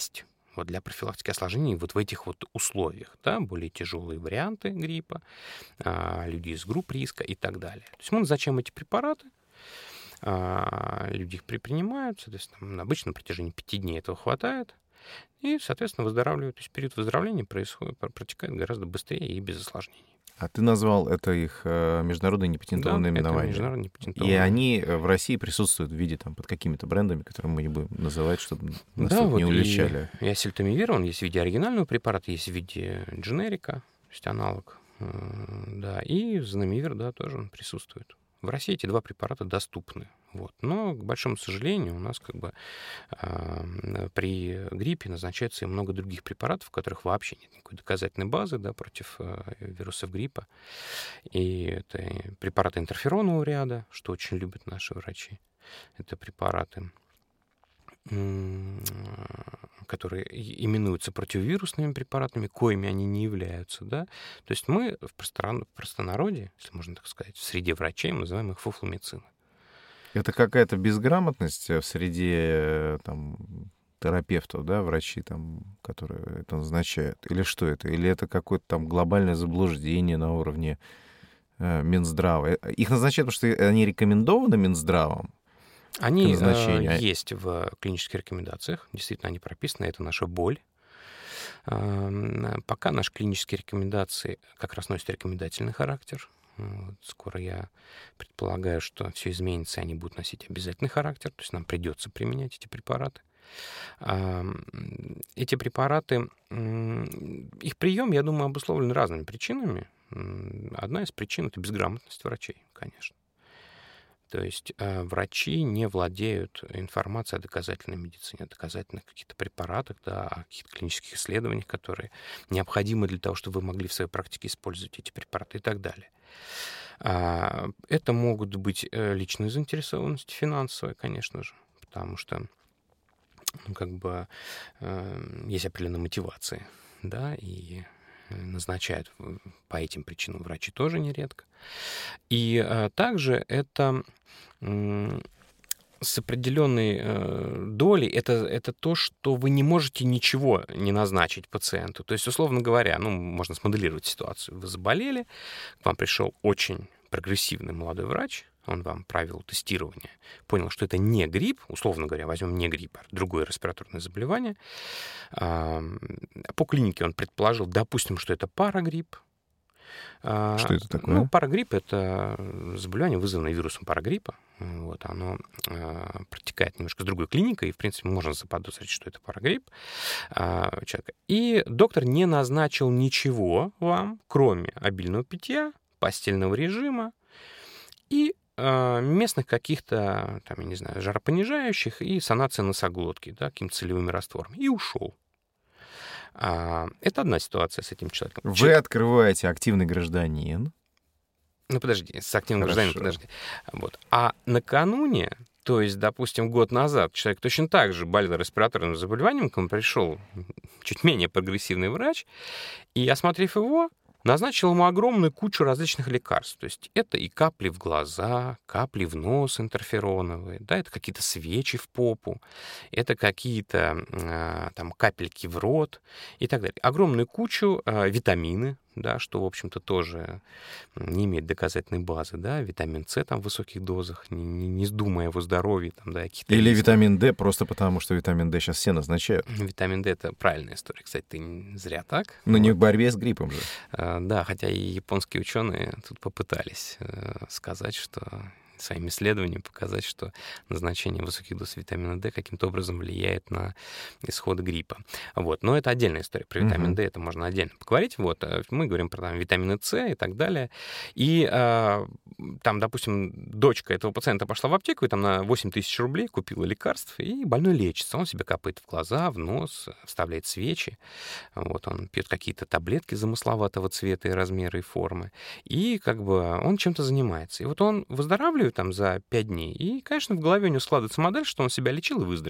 вот для профилактики осложнений вот в этих вот условиях, да, более тяжелые варианты гриппа, люди из групп риска и так далее. То есть мы назначаем эти препараты, люди их принимают, соответственно, обычно на протяжении пяти дней этого хватает, и, соответственно, выздоравливают. То есть период выздоровления происходит, протекает гораздо быстрее и без осложнений. А ты назвал это их международное непатентованное да, наименование. Это международное непатентованное. И они в России присутствуют в виде там под какими-то брендами, которые мы не будем называть, чтобы нас да, тут вот не уличали. И, и осельтамивир, он есть в виде оригинального препарата, есть в виде дженерика, то есть аналог. Да, и знамивир, да, тоже он присутствует. В России эти два препарата доступны. Вот. Но, к большому сожалению, у нас как бы э, при гриппе назначается и много других препаратов, в которых вообще нет никакой доказательной базы, да, против э, вирусов гриппа. И это препараты интерферонового ряда, что очень любят наши врачи. Это препараты, которые именуются противовирусными препаратами, коими они не являются. Да? То есть мы в простонародье, если можно так сказать, в среде врачей мы называем их фуфломицины. Это какая-то безграмотность в среде там, терапевтов, да, врачи, там, которые это назначают? Или что это? Или это какое-то там глобальное заблуждение на уровне э, Минздрава? Их назначают, потому что они рекомендованы Минздравом? Они э, есть в клинических рекомендациях, действительно, они прописаны, это наша боль. Э, пока наши клинические рекомендации как раз носят рекомендательный характер. Вот, скоро я предполагаю, что все изменится, и они будут носить обязательный характер, то есть нам придется применять эти препараты. Э, эти препараты, э, их прием, я думаю, обусловлен разными причинами. Одна из причин — это безграмотность врачей, конечно. То есть э, врачи не владеют информацией о доказательной медицине, о доказательных каких-то препаратах, да, о каких-то клинических исследованиях, которые необходимы для того, чтобы вы могли в своей практике использовать эти препараты и так далее. А, это могут быть э, личные заинтересованности, финансовые, конечно же, потому что ну, как бы э, есть определенные мотивации, да, и назначают по этим причинам врачи тоже нередко. И а, также это м, с определенной э, долей, это, это то, что вы не можете ничего не назначить пациенту. То есть, условно говоря, ну, можно смоделировать ситуацию. Вы заболели, к вам пришел очень прогрессивный молодой врач, он вам провел тестирование, понял, что это не грипп, условно говоря, возьмем не грипп, а другое респираторное заболевание. По клинике он предположил, допустим, что это парагрипп. Что это такое? Ну, парагрипп — это заболевание, вызванное вирусом парагриппа. Вот, оно э, протекает немножко с другой клиникой, и, в принципе, можно заподозрить, что это парагрипп э, человека. И доктор не назначил ничего вам, кроме обильного питья, постельного режима и местных каких-то, там, я не знаю, жаропонижающих и санации носоглотки, да, какими-то солевыми растворами, и ушел. А, это одна ситуация с этим человеком. Вы Человек... открываете активный гражданин. Ну, подожди, с активным Хорошо. гражданином, подожди. Вот. А накануне, то есть, допустим, год назад, человек точно так же болел респираторным заболеванием, к нему пришел чуть менее прогрессивный врач, и, осмотрев его, назначил ему огромную кучу различных лекарств. То есть это и капли в глаза, капли в нос интерфероновые, да, это какие-то свечи в попу, это какие-то э, там капельки в рот и так далее. Огромную кучу э, витамины, да, что, в общем-то, тоже не имеет доказательной базы, да, витамин С там в высоких дозах, не, не, не думая о его здоровье, там, да, каких-то... Или рисков. Витамин D, просто потому что витамин D сейчас все назначают. Витамин D — это правильная история, кстати, ты зря так. Но вот. Не в борьбе с гриппом же. А, да, хотя и японские ученые тут попытались э, сказать, что... своими исследованиями показать, что назначение высоких доз витамина D каким-то образом влияет на исход гриппа. Вот. Но это отдельная история. Про витамин D это можно отдельно поговорить. Вот. Мы говорим про там, витамины С и так далее. И э, там, допустим, дочка этого пациента пошла в аптеку и там на восемь тысяч рублей купила лекарств, и больной лечится. Он себе капает в глаза, в нос, вставляет свечи. Вот. Он пьет какие-то таблетки замысловатого цвета и размера, и формы. И как бы он чем-то занимается. И вот он выздоравливает там за пять дней. И, конечно, в голове у него складывается модель, что он себя лечил и выздоровел.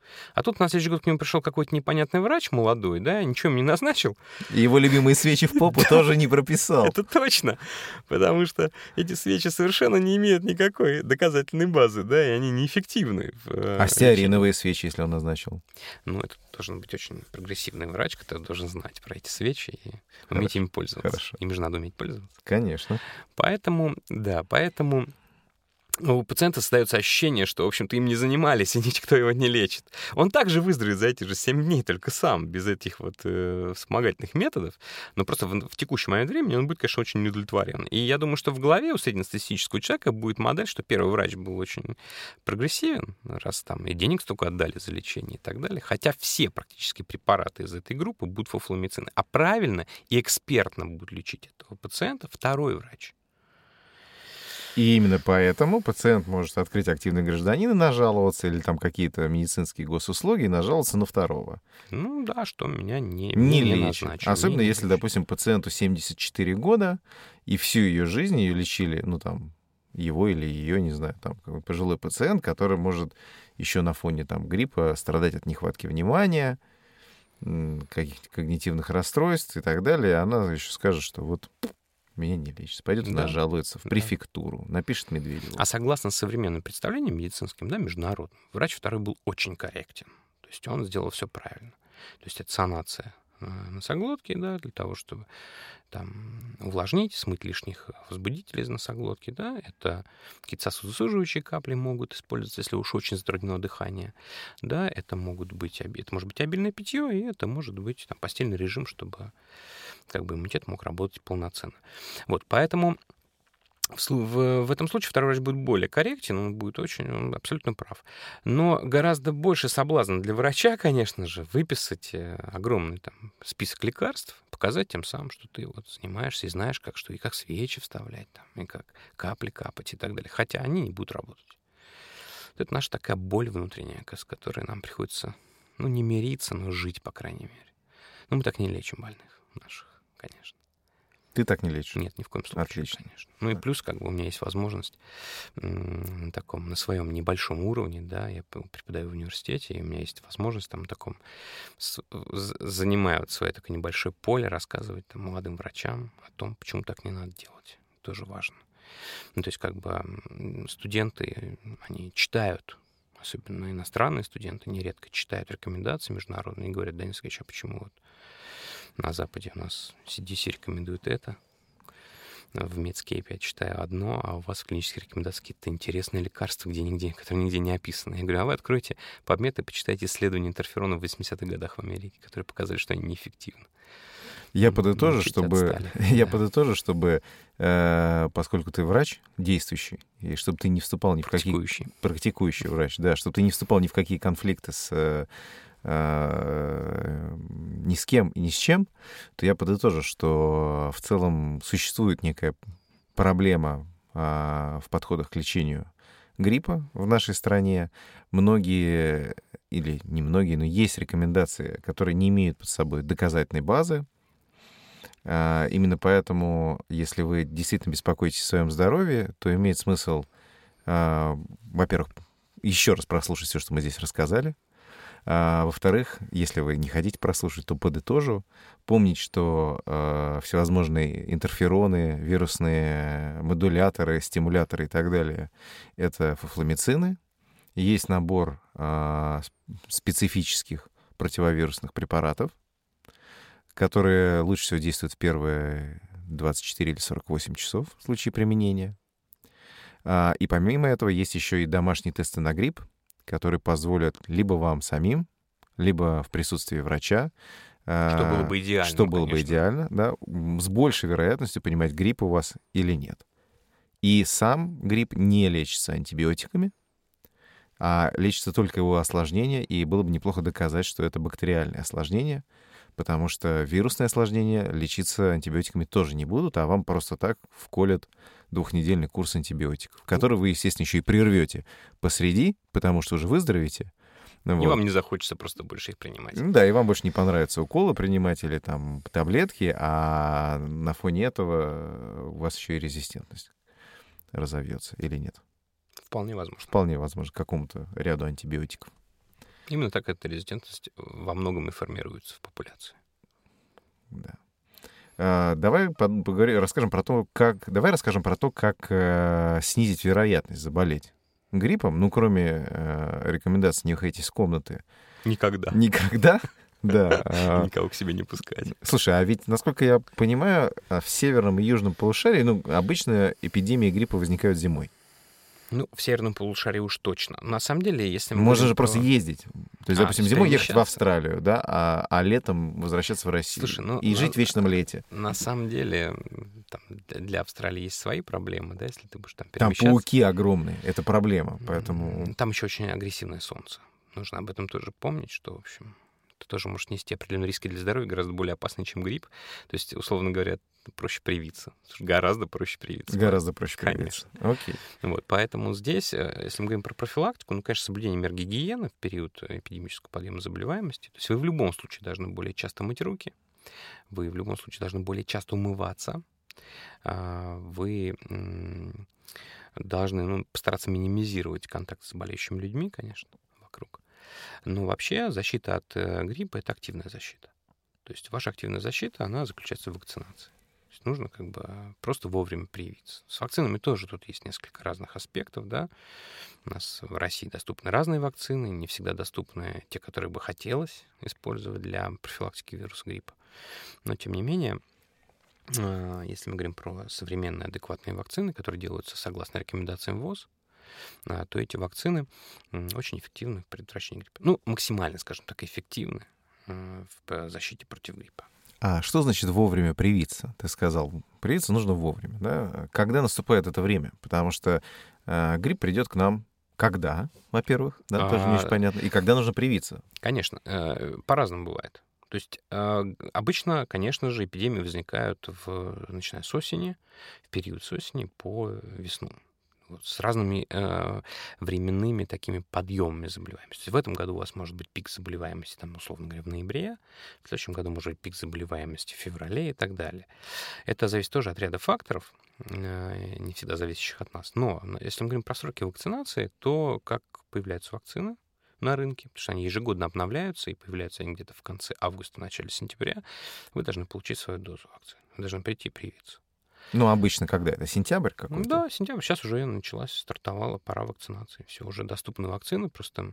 А тут на следующий год к нему пришел какой-то непонятный врач молодой, да, ничего ему не назначил. И его любимые свечи в попу тоже не прописал. Это точно, потому что эти свечи совершенно не имеют никакой доказательной базы, да, и они неэффективны. А стеариновые свечи, если он назначил? Ну, это должен быть очень прогрессивный врач, который должен знать про эти свечи и уметь ими пользоваться. Хорошо. Ими же надо уметь пользоваться. Конечно. Поэтому, да, поэтому... у пациента создается ощущение, что, в общем-то, им не занимались, и никто его не лечит. Он также выздоровеет за эти же семь дней, только сам, без этих вот э, вспомогательных методов. Но просто в, в текущий момент времени он будет, конечно, очень неудовлетворен. И я думаю, что в голове у среднестатистического человека будет модель, что первый врач был очень прогрессивен, раз там и денег столько отдали за лечение и так далее. Хотя все практически препараты из этой группы будут фуфломицины. А правильно и экспертно будет лечить этого пациента второй врач. И именно поэтому пациент может открыть активный гражданин и нажаловаться, или там какие-то медицинские госуслуги, и нажаловаться на второго. Ну да, что меня не, не, не лечит. назначили. Особенно не если, лечит. допустим, пациенту семьдесят четыре года, и всю ее жизнь ее лечили, ну там, его или ее, не знаю, там, пожилой пациент, который может еще на фоне там гриппа страдать от нехватки внимания, каких-то когнитивных расстройств и так далее, она еще скажет, что вот... меня не лечится. Пойдет и Да. нажалуется в Да. префектуру, напишет Медведеву. А согласно современным представлениям медицинским, да, международным, врач второй был очень корректен. То есть он сделал все правильно. То есть это санация э, носоглотки, да, для того, чтобы там увлажнить, смыть лишних возбудителей из носоглотки, да, это какие-то сосудосуживающие капли могут использоваться, если уж очень затруднено дыхание, да, это могут быть, оби- это может быть обильное питье, и это может быть там постельный режим, чтобы как бы иммунитет мог работать полноценно. Вот, поэтому в, слу- в, в этом случае второй врач будет более корректен, он будет очень, он абсолютно прав. Но гораздо больше соблазн для врача, конечно же, выписать э, огромный там список лекарств, показать тем самым, что ты вот занимаешься и знаешь, как что, и как свечи вставлять, там, и как капли капать и так далее. Хотя они не будут работать. Это наша такая боль внутренняя, с которой нам приходится, ну, не мириться, но жить, по крайней мере. Но мы так не лечим больных наших, конечно. Ты так не лечишь? Нет, ни в коем случае, Отлично. конечно. Ну и плюс, как бы, у меня есть возможность м, на таком, на своем небольшом уровне, да, я п- преподаю в университете, и у меня есть возможность там на таком, с- з- занимая вот свое такое небольшое поле, рассказывать там молодым врачам о том, почему так не надо делать. Тоже важно. Ну, то есть, как бы, м, студенты, они читают, особенно иностранные студенты, нередко читают рекомендации международные и говорят: Данил Сергеевич, а почему вот на Западе у нас си ди си рекомендует это, в Medscape я читаю одно, а у вас в клинических рекомендациях какие-то интересные лекарства, где нигде, которые нигде не описаны. Я говорю: а вы откройте PubMed и почитайте исследования интерферона в восьмидесятых годах в Америке, которые показали, что они неэффективны. Я подытожу, чуть чтобы, отстали, я да. подытожу, чтобы, э, поскольку ты врач действующий, и чтобы ты не вступал ни в какие... Практикующий. Практикующий врач, да, чтобы ты не вступал ни в какие конфликты с... э, э, ни с кем и ни с чем, то я подытожу, что в целом существует некая проблема э, в подходах к лечению гриппа в нашей стране. Многие, или не многие, но есть рекомендации, которые не имеют под собой доказательной базы. А, Именно поэтому, если вы действительно беспокоитесь о своем здоровье, то имеет смысл, а, во-первых, еще раз прослушать все, что мы здесь рассказали. А, во-вторых, если вы не хотите прослушать, то подытожу. Помнить, что а, всевозможные интерфероны, вирусные модуляторы, стимуляторы и так далее — это фуфломицины. Есть набор а, специфических противовирусных препаратов, которые лучше всего действуют в первые двадцать четыре или сорок восемь часов в случае применения. А, И помимо этого есть еще и домашние тесты на грипп, которые позволят либо вам самим, либо в присутствии врача, Что а, было бы идеально, что было бы конечно. идеально, да, м, с большей вероятностью понимать, грипп у вас или нет. И сам грипп не лечится антибиотиками, а лечится только его осложнение, и было бы неплохо доказать, что это бактериальное осложнение, потому что вирусные осложнения лечиться антибиотиками тоже не будут, а вам просто так вколят двухнедельный курс антибиотиков, который вы, естественно, еще и прервете посреди, потому что уже выздоровеете. И Вот. вам не захочется просто больше их принимать. Ну да, и вам больше не понравится уколы принимать или там таблетки, а на фоне этого у вас еще и резистентность разовьется или нет. Вполне возможно. Вполне возможно, к какому-то ряду антибиотиков. Именно так эта резистентность во многом и формируется в популяции. Да. А, давай поговорим, расскажем про то, как... Давай расскажем про то, как э, снизить вероятность заболеть гриппом. Ну, кроме э, рекомендаций не выходить из комнаты. Никогда. Никогда? Да. Никого к себе не пускать. Слушай, а ведь, насколько я понимаю, в северном и южном полушарии, ну, обычно эпидемии гриппа возникают зимой. Ну, в северном полушарии уж точно. На самом деле, если мы Можно же про... просто ездить. То есть, а, допустим, зимой ехать в перемещаться. Австралию, да, а, а летом возвращаться в Россию. Слушай, ну, и на... жить в вечном лете. На самом деле, там, для Австралии есть свои проблемы, да, если ты будешь там Там перемещаться. пауки огромные, это проблема, поэтому... Там еще очень агрессивное солнце. Нужно об этом тоже помнить, что, в общем, это тоже может нести определенные риски для здоровья, гораздо более опасные, чем грипп. То есть, условно говоря, проще привиться. Гораздо проще привиться. Гораздо проще Конечно. привиться. Окей. Вот, поэтому здесь, если мы говорим про профилактику, ну, конечно, соблюдение мер гигиены в период эпидемического подъема заболеваемости. То есть вы в любом случае должны более часто мыть руки, вы в любом случае должны более часто умываться, вы должны, ну, постараться минимизировать контакт с болеющими людьми, конечно, вокруг. Но вообще защита от гриппа — это активная защита. То есть ваша активная защита, она заключается в вакцинации. То есть нужно как бы просто вовремя привиться. С вакцинами тоже тут есть несколько разных аспектов, да. У нас в России доступны разные вакцины, не всегда доступны те, которые бы хотелось использовать для профилактики вируса гриппа. Но, тем не менее, если мы говорим про современные адекватные вакцины, которые делаются согласно рекомендациям ВОЗ, то эти вакцины очень эффективны в предотвращении гриппа. Ну, максимально, скажем так, эффективны в защите против гриппа. А что значит вовремя привиться? Ты сказал, привиться нужно вовремя, да? Когда наступает это время? Потому что э, грипп придет к нам когда, во-первых, да, а... тоже не очень понятно. И когда нужно привиться? Конечно, э, по-разному бывает. То есть э, обычно, конечно же, эпидемии возникают, в, начиная с осени, в период с осени по весну. Вот, с разными э, временными такими подъемами заболеваемости. В этом году у вас может быть пик заболеваемости, там, условно говоря, в ноябре, в следующем году может быть пик заболеваемости в феврале и так далее. Это зависит тоже от ряда факторов, э, не всегда зависящих от нас. Но если мы говорим про сроки вакцинации, то как появляются вакцины на рынке, потому что они ежегодно обновляются, и появляются они где-то в конце августа, начале сентября, вы должны получить свою дозу вакцины. Вы должны прийти и привиться. Ну, обычно когда? Это сентябрь какой-то? Да, сентябрь. Сейчас уже началась, стартовала пора вакцинации. Все, уже доступны вакцины, просто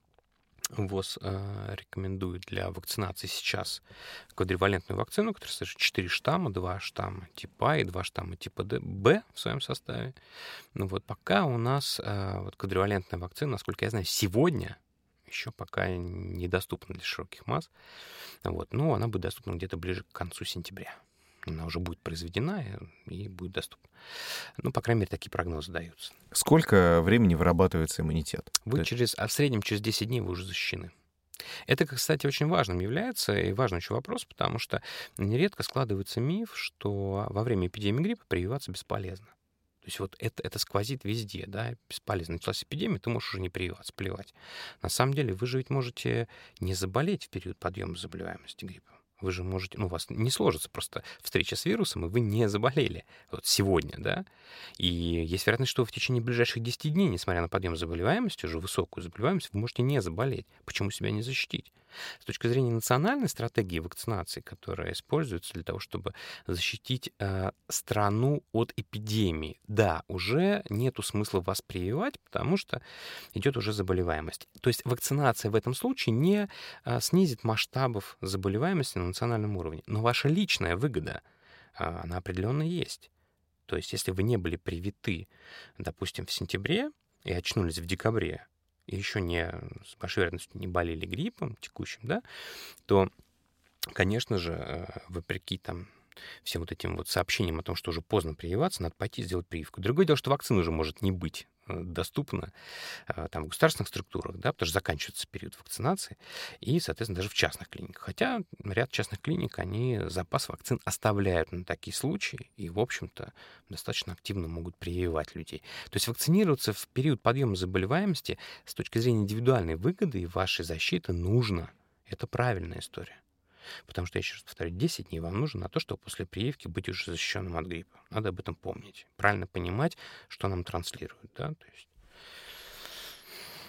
ВОЗ э, рекомендует для вакцинации сейчас квадривалентную вакцину, которая содержит четыре штамма, два штамма типа А и два штамма типа Д, Б в своем составе. Ну вот пока у нас э, вот квадривалентная вакцина, насколько я знаю, сегодня еще пока недоступна для широких масс. Вот, но она будет доступна где-то ближе к концу сентября. Она уже будет произведена и будет доступна. Ну, по крайней мере, такие прогнозы даются. Сколько времени вырабатывается иммунитет? Вы через, а в среднем через десять дней вы уже защищены. Это, кстати, очень важным является, и важный еще вопрос, потому что нередко складывается миф, что во время эпидемии гриппа прививаться бесполезно. То есть вот это, это сквозит везде, да, бесполезно. Началась эпидемия, ты можешь уже не прививаться, плевать. На самом деле вы же ведь можете не заболеть в период подъема заболеваемости гриппа. Вы же можете, ну, у вас не сложится просто встреча с вирусом, и вы не заболели вот сегодня, да, и есть вероятность, что вы в течение ближайших десяти дней, несмотря на подъем заболеваемости, уже высокую заболеваемость, вы можете не заболеть. Почему себя не защитить? С точки зрения национальной стратегии вакцинации, которая используется для того, чтобы защитить э, страну от эпидемии, да, уже нету смысла вас прививать, потому что идет уже заболеваемость. То есть вакцинация в этом случае не э, снизит масштабов заболеваемости на национальном уровне, но ваша личная выгода, э, она определенно есть. То есть если вы не были привиты, допустим, в сентябре и очнулись в декабре, и еще не, с большой вероятностью не болели гриппом текущим, да, то, конечно же, вопреки там всем вот этим вот сообщениям о том, что уже поздно прививаться, надо пойти сделать прививку. Другое дело, что вакцина уже может не быть доступна там в государственных структурах, да, потому что заканчивается период вакцинации, и, соответственно, даже в частных клиниках. Хотя ряд частных клиник, они запас вакцин оставляют на такие случаи, и, в общем-то, достаточно активно могут прививать людей. То есть вакцинироваться в период подъема заболеваемости с точки зрения индивидуальной выгоды и вашей защиты нужно. Это правильная история. Потому что, я еще раз повторю, десять дней вам нужно на то, чтобы после прививки быть уже защищенным от гриппа. Надо об этом помнить. Правильно понимать, что нам транслируют. Да? То есть...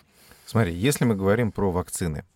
Смотри, если мы говорим про вакцины,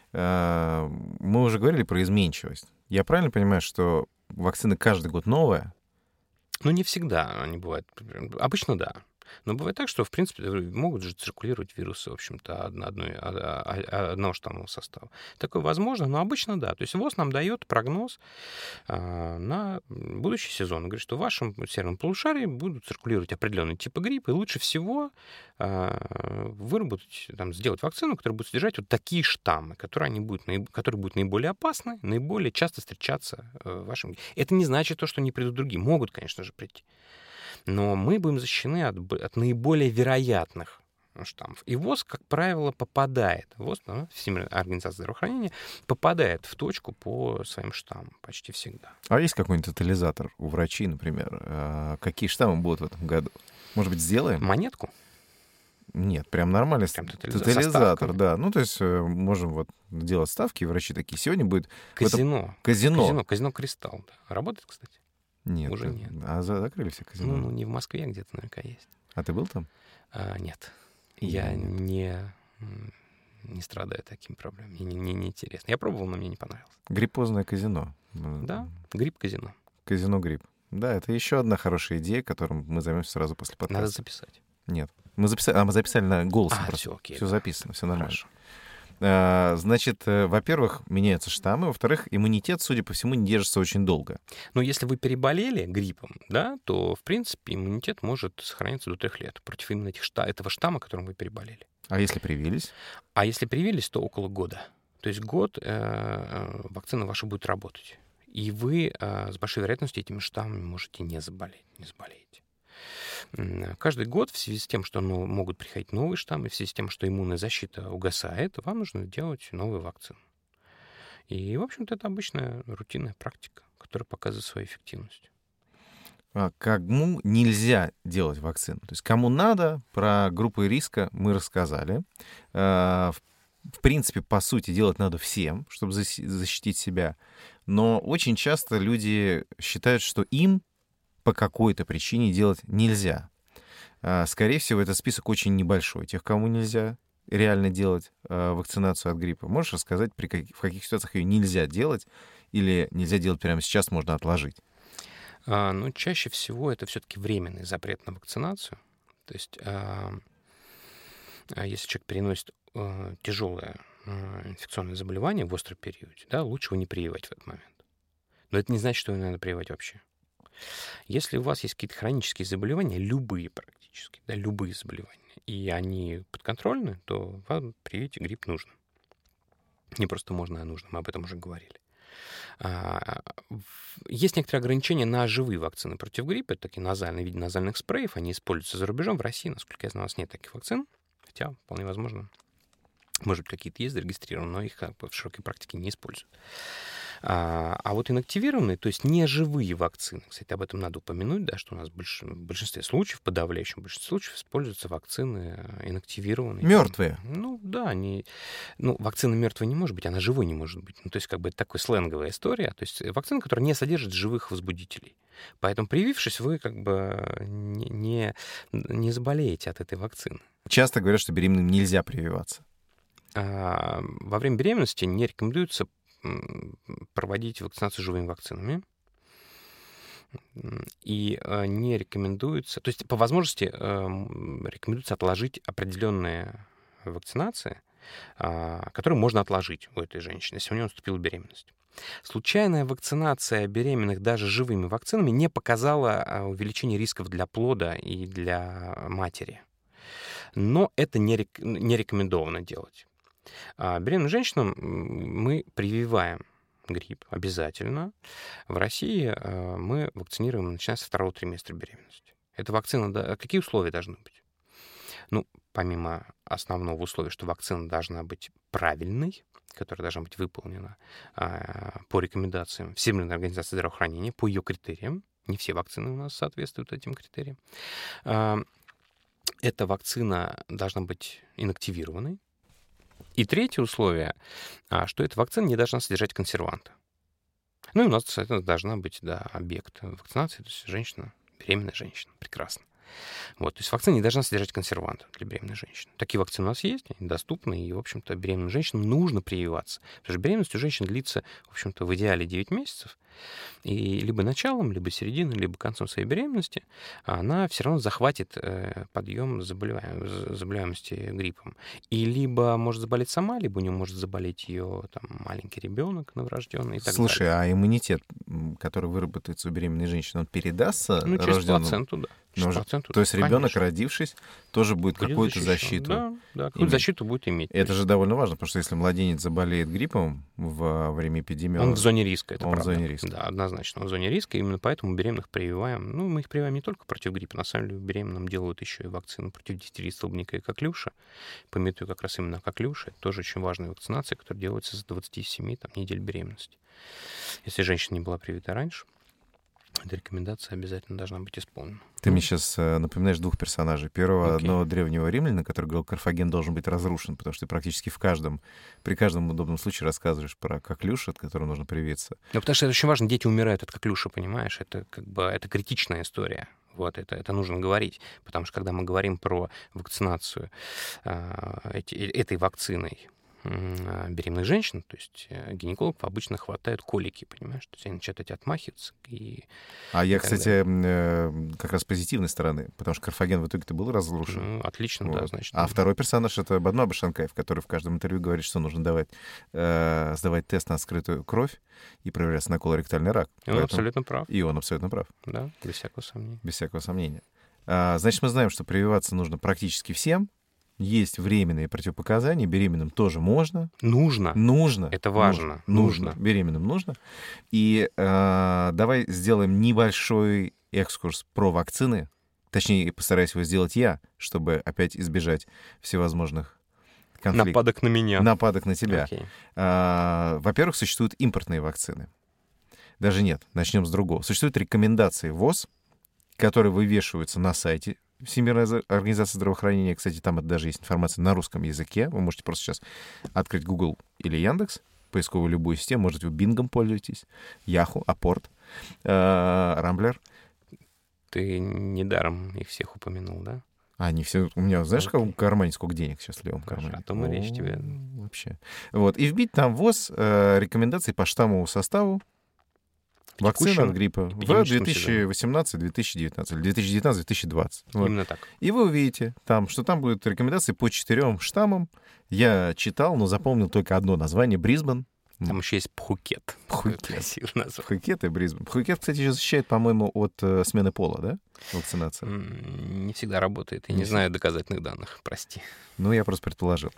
мы уже говорили про изменчивость. Я правильно понимаю, что вакцина каждый год новая? Ну, не всегда они бывают. Обычно да. Но бывает так, что, в принципе, могут же циркулировать вирусы, в общем-то, одной, одного штаммового состава. Такое возможно, но обычно да. То есть ВОЗ нам дает прогноз а, на будущий сезон. Он говорит, что в вашем северном полушарии будут циркулировать определенные типы гриппа, и лучше всего а, выработать, там, сделать вакцину, которая будет содержать вот такие штаммы, которые, они будут, которые будут наиболее опасны, наиболее часто встречаться в вашем... Это не значит то, что не придут другие. Могут, конечно же, прийти. Но мы будем защищены от, от наиболее вероятных штаммов. И ВОЗ, как правило, попадает, ВОЗ, ну, Всемирная организация здравоохранения, попадает в точку по своим штаммам почти всегда. А есть какой-нибудь тотализатор у врачей, например? Какие штаммы будут в этом году? Может быть, сделаем? Монетку? Нет, прям нормальный прям тотализатор, тотализатор, да. Ну, то есть можем вот делать ставки, и врачи такие. Сегодня будет... Казино. Этом... Казино. Казино. Казино «Кристалл». Да. Работает, кстати? Нет. Уже нет. А закрыли все казино? Ну, не в Москве, где-то наверняка есть. А ты был там? А, нет. Я нет. не... не страдаю таким проблемами. Мне не, не интересно. Я пробовал, но мне не понравилось. Гриппозное казино. Да, грипп-казино. Казино-грипп. Да, это еще одна хорошая идея, которым мы займемся сразу после подкаста. Надо записать. Нет. Мы записали, а мы записали на голос. А, все, окей. Все да. записано, все нормально. Хорошо. А, значит, во-первых, меняются штаммы, во-вторых, иммунитет, судя по всему, не держится очень долго. Но если вы переболели гриппом, да, то, в принципе, иммунитет может сохраниться до трех лет против именно этих, этого штамма, которым вы переболели. А если привились? А если привились, то около года. То есть год э, вакцина ваша будет работать. И вы э, с большой вероятностью этими штаммами можете не заболеть, не заболеете. Каждый год в связи с тем, что ну, могут приходить новые штаммы, в связи с тем, что иммунная защита угасает, вам нужно делать новую вакцину. И, в общем-то, это обычная рутинная практика, которая показывает свою эффективность. А кому нельзя делать вакцину? То есть кому надо, про группы риска мы рассказали. В принципе, по сути, делать надо всем, чтобы защитить себя. Но очень часто люди считают, что им по какой-то причине делать нельзя. Скорее всего, этот список очень небольшой. Тех, кому нельзя реально делать вакцинацию от гриппа. Можешь рассказать, при каких, в каких ситуациях ее нельзя делать или нельзя делать прямо сейчас, можно отложить? А, ну, чаще всего это все-таки временный запрет на вакцинацию. То есть, а, если человек переносит а, тяжелое а, инфекционное заболевание в остром периоде, да, лучше его не прививать в этот момент. Но это не значит, что его надо прививать вообще. Если у вас есть какие-то хронические заболевания, любые практически, да, любые заболевания, и они подконтрольны, то вам привить грипп нужно. Не просто можно, а нужно. Мы об этом уже говорили. Есть некоторые ограничения на живые вакцины против гриппа. Это такие назальные, в виде назальных спреев. Они используются за рубежом. В России, насколько я знаю, у нас нет таких вакцин. Хотя, вполне возможно, может быть, какие-то есть зарегистрированы, но их как бы в широкой практике не используют. А, а вот инактивированные, то есть неживые вакцины, кстати, об этом надо упомянуть, да, что у нас больш... в большинстве случаев, в подавляющем большинстве случаев используются вакцины инактивированные. Мертвые. Ну, да, они... Ну, вакцина мертвая не может быть, она живой не может быть. Ну, то есть, как бы, это такая сленговая история. То есть, вакцина, которая не содержит живых возбудителей. Поэтому, привившись, вы, как бы, не, не, не заболеете от этой вакцины. Часто говорят, что беременным нельзя прививаться. А, во время беременности не рекомендуется проводить вакцинацию живыми вакцинами. И не рекомендуется... То есть, по возможности, рекомендуется отложить определенные вакцинации, которые можно отложить у этой женщины, если у нее наступила беременность. Случайная вакцинация беременных даже живыми вакцинами не показала увеличения рисков для плода и для матери. Но это не, рек... не рекомендовано делать. А беременным женщинам мы прививаем грипп обязательно. В России мы вакцинируем, начиная со второго триместра беременности. Эта вакцина... Какие условия должны быть? Ну, помимо основного условия, что вакцина должна быть правильной, которая должна быть выполнена по рекомендациям Всемирной организации здравоохранения, по ее критериям. Не все вакцины у нас соответствуют этим критериям. Эта вакцина должна быть инактивированной. И третье условие, что эта вакцина не должна содержать консерванты. Ну и у нас, соответственно, должна быть, да, объект вакцинации, то есть женщина, беременная женщина. Прекрасно. Вот. То есть вакцина не должна содержать консервантов для беременной женщины. Такие вакцины у нас есть, они доступны, и, в общем-то, беременным женщинам нужно прививаться. Потому что беременность у женщин длится, в общем-то, в идеале девять месяцев. И либо началом, либо серединой, либо концом своей беременности она все равно захватит э, подъем заболеваем, заболеваемости гриппом. И либо может заболеть сама, либо у нее может заболеть ее там, маленький ребенок новорожденный и так Слушай, далее. а иммунитет, который выработается у беременной женщины, он передастся Ну, через рожденному? плаценту, да. Ну, Через же- плаценту, То есть конечно. ребенок, родившись, тоже будет, Будет какую-то защищен. защиту. Да, да, какую-то иметь. защиту будет иметь. Это же довольно важно, потому что если младенец заболеет гриппом во время эпидемии, Он в зоне риска, это он в правда. зоне риска. Да, однозначно, он в зоне риска, именно поэтому беременных прививаем. Ну, мы их прививаем не только против гриппа, на самом деле беременным делают еще и вакцину против дифтерии, столбняка и коклюша. Пометую как раз именно коклюша. Это тоже очень важная вакцинация, которая делается с двадцати семи там, недель беременности. Если женщина не была привита раньше, эта рекомендация обязательно должна быть исполнена. Ты Ну, мне сейчас напоминаешь двух персонажей. Первого, Окей. одного древнего римляна, который говорил, Карфаген должен быть разрушен, потому что ты практически в каждом, при каждом удобном случае рассказываешь про коклюш, от которого нужно привиться. Ну, потому что это очень важно, дети умирают от коклюша, понимаешь? Это как бы это критичная история. Вот это, это нужно говорить, потому что когда мы говорим про вакцинацию а, эти, этой вакциной м, беременных женщин, то есть э, гинекологов обычно хватает колики, понимаешь? То есть они начинают эти отмахиваться. И, А я, и так кстати, э, как раз с позитивной стороны, потому что Карфаген в итоге-то был разрушен. ну, отлично, да, Вот. значит. А второй персонаж — это Бадно Башанкаев, который в каждом интервью говорит, что нужно давать, э, сдавать тест на скрытую кровь и проверяться на колоректальный рак. И он Поэтому- абсолютно прав, И он абсолютно прав, да, без всякого сомнения. без всякого сомнения. А, значит, мы знаем, что прививаться нужно практически всем. Есть временные противопоказания, беременным тоже можно. Нужно. Нужно. Это важно. Нужно. Нужно. Беременным нужно. И э, давай сделаем небольшой экскурс про вакцины. Точнее, постараюсь его сделать я, чтобы опять избежать всевозможных конфликтов. Нападок на меня. Нападок на тебя. Окей. А, во-первых, существуют импортные вакцины. Даже нет, начнем с другого. Существуют рекомендации ВОЗ, которые вывешиваются на сайте Всемирной организации здравоохранения. Кстати, там даже есть информация на русском языке. Вы можете просто сейчас открыть Google или Яндекс, поисковую любую систему. Может, вы Бингом пользуетесь, Яху, Апорт, Рамблер. Ты недаром их всех упомянул, да? А, они все... У меня, знаешь, как Окей. в кармане сколько денег сейчас в левом Хорошо, кармане? а то мы речь О, тебе- Вообще. Вот. И вбить там ВОЗ э, рекомендации по штаммовому составу В вакцины текущем от гриппа в эпидемическом две тысячи восемнадцатом — две тысячи девятнадцатом или две тысячи девятнадцатом — две тысячи двадцатом. Вот. Именно так. И вы увидите там, что там будут рекомендации по четырем штаммам. Я читал, но запомнил только одно название — Брисбен. Там еще есть Пхукет. Пхукет. Красиво название. Пхукет и Брисбен. Пхукет, кстати, еще защищает, по-моему, от э, смены пола, да? Вакцинация. М, Не всегда работает. Я Не не знаю доказательных данных, прости. Ну, я просто предположил.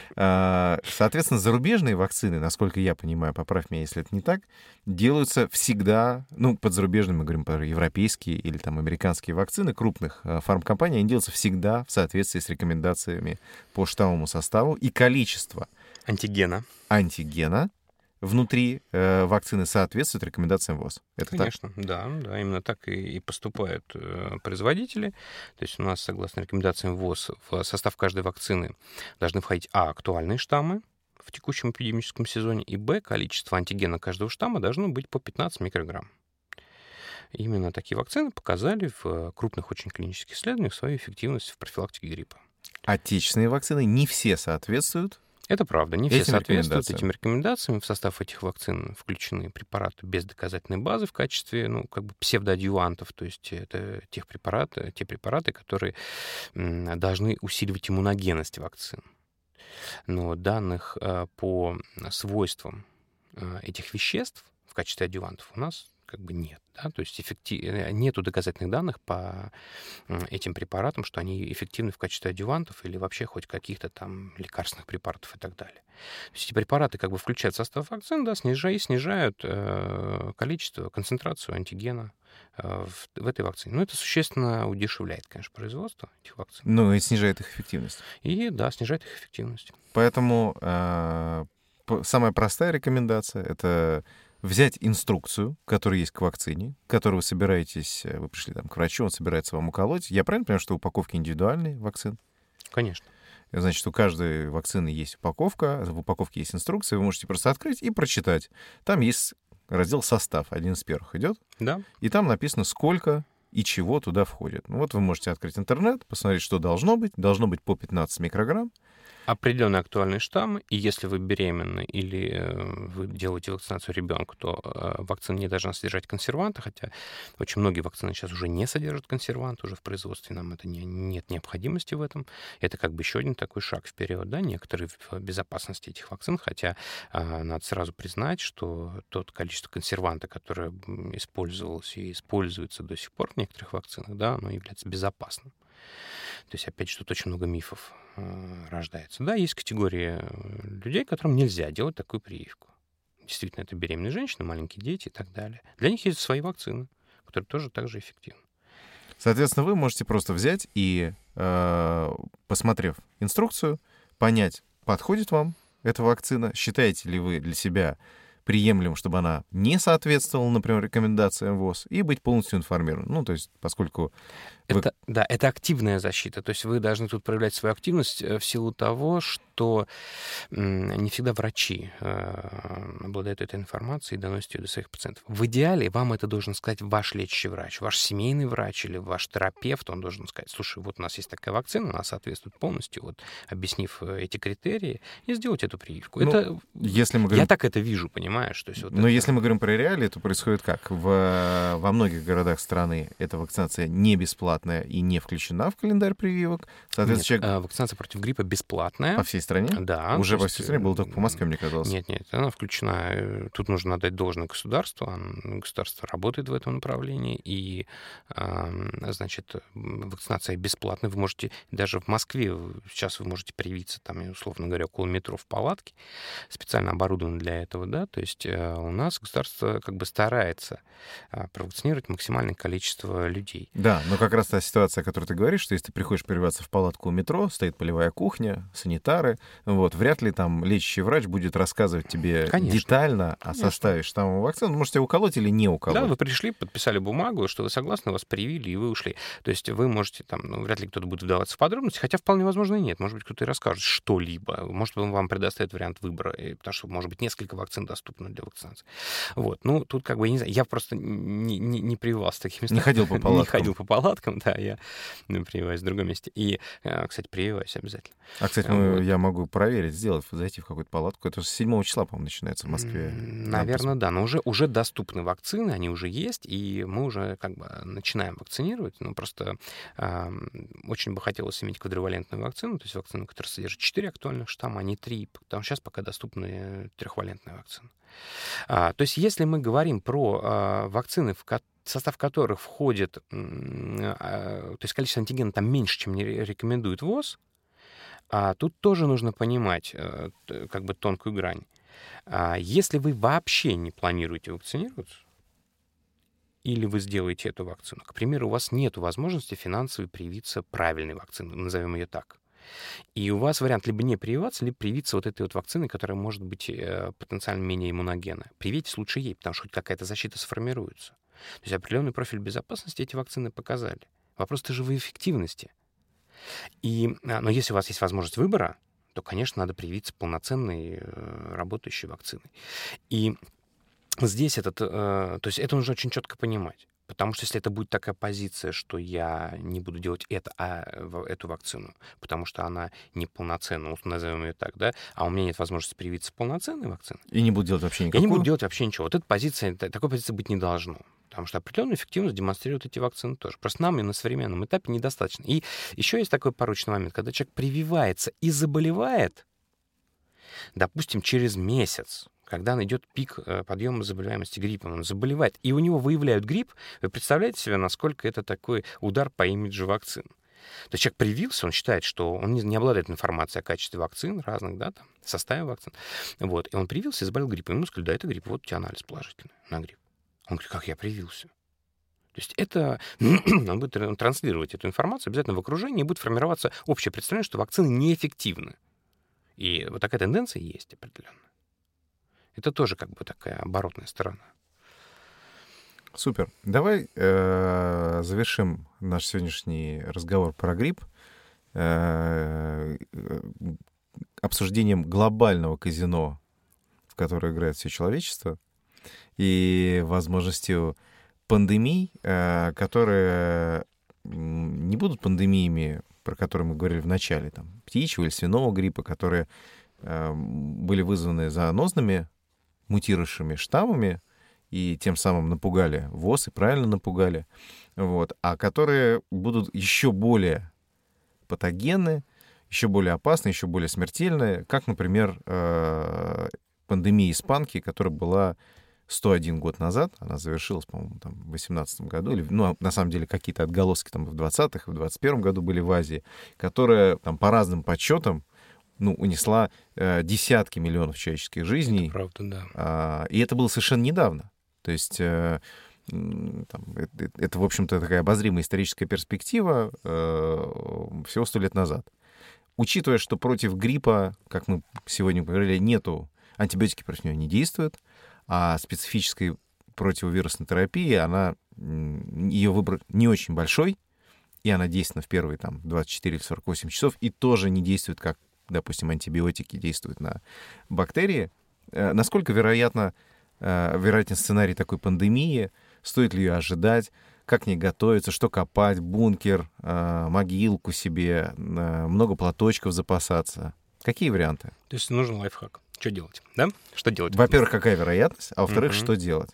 А, Соответственно, зарубежные вакцины, насколько я понимаю, поправь меня, если это не так, делаются всегда, ну, под зарубежными, мы говорим про европейские или там американские вакцины крупных а, фармкомпаний, они делаются всегда в соответствии с рекомендациями по штаммовому составу, и количество Антигена. антигена внутри э, вакцины соответствует рекомендациям ВОЗ. Это так? Конечно, да, да, именно так и, и поступают э, производители. То есть у нас, согласно рекомендациям ВОЗ, в состав каждой вакцины должны входить а. актуальные штаммы в текущем эпидемическом сезоне, и б. количество антигена каждого штамма должно быть по пятнадцать микрограмм. Именно такие вакцины показали в крупных очень клинических исследованиях свою эффективность в профилактике гриппа. Отечественные вакцины не все соответствуют. Это правда. Не все Этим соответствуют рекомендациям. этим рекомендациям. В состав этих вакцин включены препараты без доказательной базы в качестве, ну, как бы псевдоадъювантов. То есть это тех препараты, те препараты, которые м, должны усиливать иммуногенность вакцин. Но данных э, по свойствам э, этих веществ в качестве адъювантов у нас как бы нет. Да? То есть эффектив... нету доказательных данных по м, этим препаратам, что они эффективны в качестве адъювантов или вообще хоть каких-то там лекарственных препаратов и так далее. То есть эти препараты как бы включают в состав вакцин, да, снижают, и снижают э, количество, концентрацию антигена э, в, в этой вакцине. Но это существенно удешевляет, конечно, производство этих вакцин. Ну, и снижает их эффективность. И, да, снижает их эффективность. Поэтому э, п- самая простая рекомендация — это взять инструкцию, которая есть к вакцине, которую вы собираетесь, э, вы пришли там к врачу, он собирается вам уколоть. Я правильно понимаю, что упаковки индивидуальные вакцин? Конечно. Значит, у каждой вакцины есть упаковка, в упаковке есть инструкция, вы можете просто открыть и прочитать. Там есть раздел «Состав», один из первых идет, Да. и там написано, сколько и чего туда входит. Ну, вот вы можете открыть интернет, посмотреть, что должно быть. Должно быть по пятнадцать микрограмм. Определенный актуальный штамм, и если вы беременны или вы делаете вакцинацию ребенку, то вакцина не должна содержать консерванты, хотя очень многие вакцины сейчас уже не содержат консерванты, уже в производстве нам это не, нет необходимости в этом. Это как бы еще один такой шаг вперед, да, некоторые в безопасности этих вакцин, хотя надо сразу признать, что тот количество консерванта, которое использовалось и используется до сих пор в некоторых вакцинах, да, оно является безопасным. То есть, опять же, тут очень много мифов э, рождается. Да, есть категории людей, которым нельзя делать такую прививку. Действительно, это беременные женщины, маленькие дети и так далее. Для них есть свои вакцины, которые тоже так же эффективны. Соответственно, вы можете просто взять и, э, посмотрев инструкцию, понять, подходит вам эта вакцина, считаете ли вы для себя приемлемым, чтобы она не соответствовала, например, рекомендациям ВОЗ, и быть полностью информированным. Ну, то есть, поскольку... Вы... Это, да, это активная защита. То есть вы должны тут проявлять свою активность в силу того, что не всегда врачи обладают этой информацией и доносят ее до своих пациентов. В идеале вам это должен сказать ваш лечащий врач, ваш семейный врач или ваш терапевт. Он должен сказать: слушай, вот у нас есть такая вакцина, она соответствует полностью, вот, объяснив эти критерии, и сделать эту прививку. Ну, это... если мы говорим... Я так это вижу, понимаешь? То есть вот Но это... если мы говорим про реалии, то происходит как? В... Во многих городах страны эта вакцинация не бесплатная и не включена в календарь прививок. Соответственно, нет, человек... вакцинация против гриппа бесплатная. По всей стране? Да. Уже по всей стране, было только по Москве, мне казалось. Нет, нет, она включена. Тут нужно отдать должное государству. Государство работает в этом направлении. И, значит, вакцинация бесплатная. Вы можете, даже в Москве, сейчас вы можете привиться, там, условно говоря, около метро в палатке, специально оборудованы для этого, да. То есть у нас государство как бы старается провакцинировать максимальное количество людей. Да, но как раз та ситуация, о которой ты говоришь, что если ты приходишь прививаться в палатку у метро, стоит полевая кухня, санитары, вот, вряд ли там лечащий врач будет рассказывать тебе Конечно. детально о Конечно. составе штаммовой вакцины. Можете уколоть или не уколоть. Да, вы пришли, подписали бумагу, что вы согласны, вас привили, и вы ушли. То есть вы можете там, ну, вряд ли кто-то будет вдаваться в подробности, хотя вполне возможно и нет. Может быть, кто-то и расскажет что-либо. Может быть, он вам предоставит вариант выбора, потому что, может быть, несколько вакцин доступно для вакцинации. Вот. Ну, тут как бы, я не знаю, я просто не, не, не прививался в таких местах. Не ходил по палаткам. Не ходил по палаткам, да, я прививаюсь в другом месте. И, кстати, прививаюсь обязательно. А, кстати, ну, вот. я могу проверить, сделать, зайти в какую-то палатку. Это с седьмого числа, по-моему, начинается в Москве. Наверное, да. Но уже, уже доступны вакцины, они уже есть, и мы уже как бы начинаем вакцинировать. Ну, просто э, очень бы хотелось иметь квадривалентную вакцину, то есть вакцину, которая содержит четыре актуальных штамма, а не три, потому что сейчас пока доступны трехвалентная вакцина. А, то есть если мы говорим про а, вакцины, в ко- состав которых входит, а, то есть количество антигена там меньше, чем не рекомендует ВОЗ, а, тут тоже нужно понимать а, как бы тонкую грань. А, если вы вообще не планируете вакцинироваться, или вы сделаете эту вакцину, к примеру, у вас нет возможности финансово привиться правильной вакциной, назовем ее так, и у вас вариант либо не прививаться, либо привиться вот этой вот вакциной, которая может быть э, потенциально менее иммуногенна. Привитесь лучше ей, потому что хоть какая-то защита сформируется. То есть определенный профиль безопасности эти вакцины показали. Вопрос-то же в эффективности. И, но если у вас есть возможность выбора, то, конечно, надо привиться полноценной э, работающей вакциной. И здесь этот, э, то есть это нужно очень четко понимать. Потому что если это будет такая позиция, что я не буду делать это, а эту вакцину, потому что она неполноценна, назовем ее так, да, а у меня нет возможности привиться полноценной вакциной. И не буду делать вообще никакую? Я не буду делать вообще ничего. Вот эта позиция, такой позиции быть не должно. Потому что определенную эффективность демонстрируют эти вакцины тоже. Просто нам и на современном этапе недостаточно. И еще есть такой порочный момент, когда человек прививается и заболевает, допустим, через месяц, когда идет пик подъема заболеваемости гриппом, он заболевает, и у него выявляют грипп, вы представляете себе, насколько это такой удар по имиджу вакцин? То есть человек привился, он считает, что он не, не обладает информацией о качестве вакцин разных, да, там, составе вакцин. Вот, и он привился и заболел гриппом. Ему сказали: да, это грипп, вот у тебя анализ положительный на грипп. Он говорит: как я привился? То есть это, он будет транслировать эту информацию обязательно в окружении, и будет формироваться общее представление, что вакцины неэффективны. И вот такая тенденция есть определенно. Это тоже как бы такая оборотная сторона. Супер. Давай э, завершим наш сегодняшний разговор про грипп э, обсуждением глобального казино, в которое играет все человечество, и возможностью пандемий, которые не будут пандемиями, про которые мы говорили в начале, там, птичьего или свиного гриппа, которые были вызваны зоонозными мутировавшими штаммами и тем самым напугали ВОЗ, и правильно напугали, вот, а которые будут еще более патогенны, еще более опасны, еще более смертельны, как, например, пандемия испанки, которая была сто один год назад, она завершилась, по-моему, там, в восемнадцатом году, или, ну, на самом деле, какие-то отголоски там в двадцатых, в двадцать первом году были в Азии, которая там по разным подсчетам, ну, унесла э, десятки миллионов человеческих жизней. Это правда, да. А, и это было совершенно недавно. То есть э, там, это, это, в общем-то, такая обозримая историческая перспектива э, всего сто лет назад. Учитывая, что против гриппа, как мы сегодня говорили, нету, антибиотики против него не действуют, а специфической противовирусной терапии, она, ее выбор не очень большой, и она действенна в первые там, двадцать четыре или сорок восемь часов, и тоже не действует, как, допустим, антибиотики действуют на бактерии. Насколько вероятно, вероятен сценарий такой пандемии? Стоит ли ее ожидать? Как к ней готовиться? Что копать? Бункер, могилку себе, много платочков запасаться? Какие варианты? То есть нужен лайфхак. Что делать, да? Что делать? Во-первых, какая вероятность? А во-вторых, Мгм. что делать?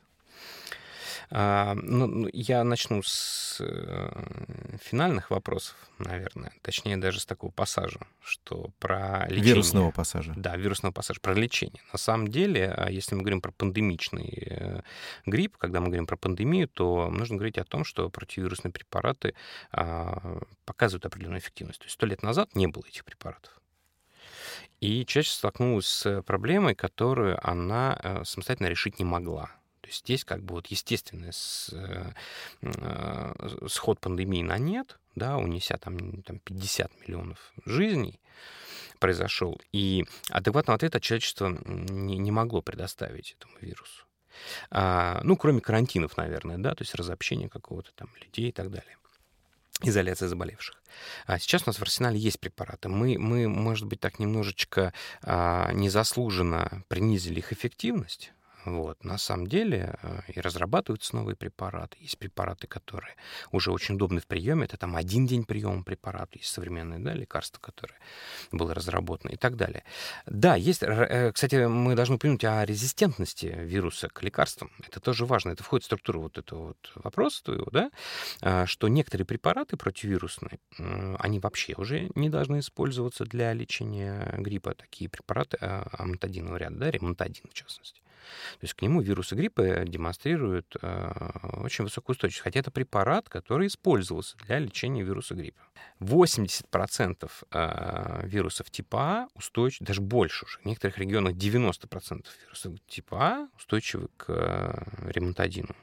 А, ну, ну, я начну с э, финальных вопросов, наверное. Точнее, даже с такого пассажа, что про лечение. Вирусного пассажа. Да, вирусного пассажа, про лечение. На самом деле, а если мы говорим про пандемичный э, грипп, когда мы говорим про пандемию, то нужно говорить о том, что противовирусные препараты а, показывают определенную эффективность. То есть сто лет назад не было этих препаратов. И чаще столкнулась с проблемой, которую она э, самостоятельно решить не могла. То есть здесь как бы вот естественный с, э, э, сход пандемии на нет, да, унеся там, там пятьдесят миллионов жизней произошел, и адекватного ответа человечество не, не могло предоставить этому вирусу. А, ну, кроме карантинов, наверное, да, то есть разобщения какого-то там людей и так далее. Изоляция заболевших. А сейчас у нас в арсенале есть препараты. Мы, мы может быть, так немножечко а, незаслуженно принизили их эффективность. Вот. На самом деле а, и разрабатываются новые препараты. Есть препараты, которые уже очень удобны в приеме. Это там один день приема препарата. Есть современные, да, лекарства, которые было разработано и так далее. Да, есть... Кстати, мы должны упомянуть о резистентности вируса к лекарствам. Это тоже важно. Это входит в структуру вот этого вот вопроса твоего, да, что некоторые препараты противовирусные, они вообще уже не должны использоваться для лечения гриппа. Такие препараты амантадинового ряда, да, ремонтадин в частности. То есть к нему вирусы гриппа демонстрируют э, очень высокую устойчивость. Хотя это препарат, который использовался для лечения вируса гриппа. восемьдесят процентов э, вирусов типа А устойчивы, даже больше уже. В некоторых регионах девяносто процентов вирусов типа А устойчивы к э, ремонтадину.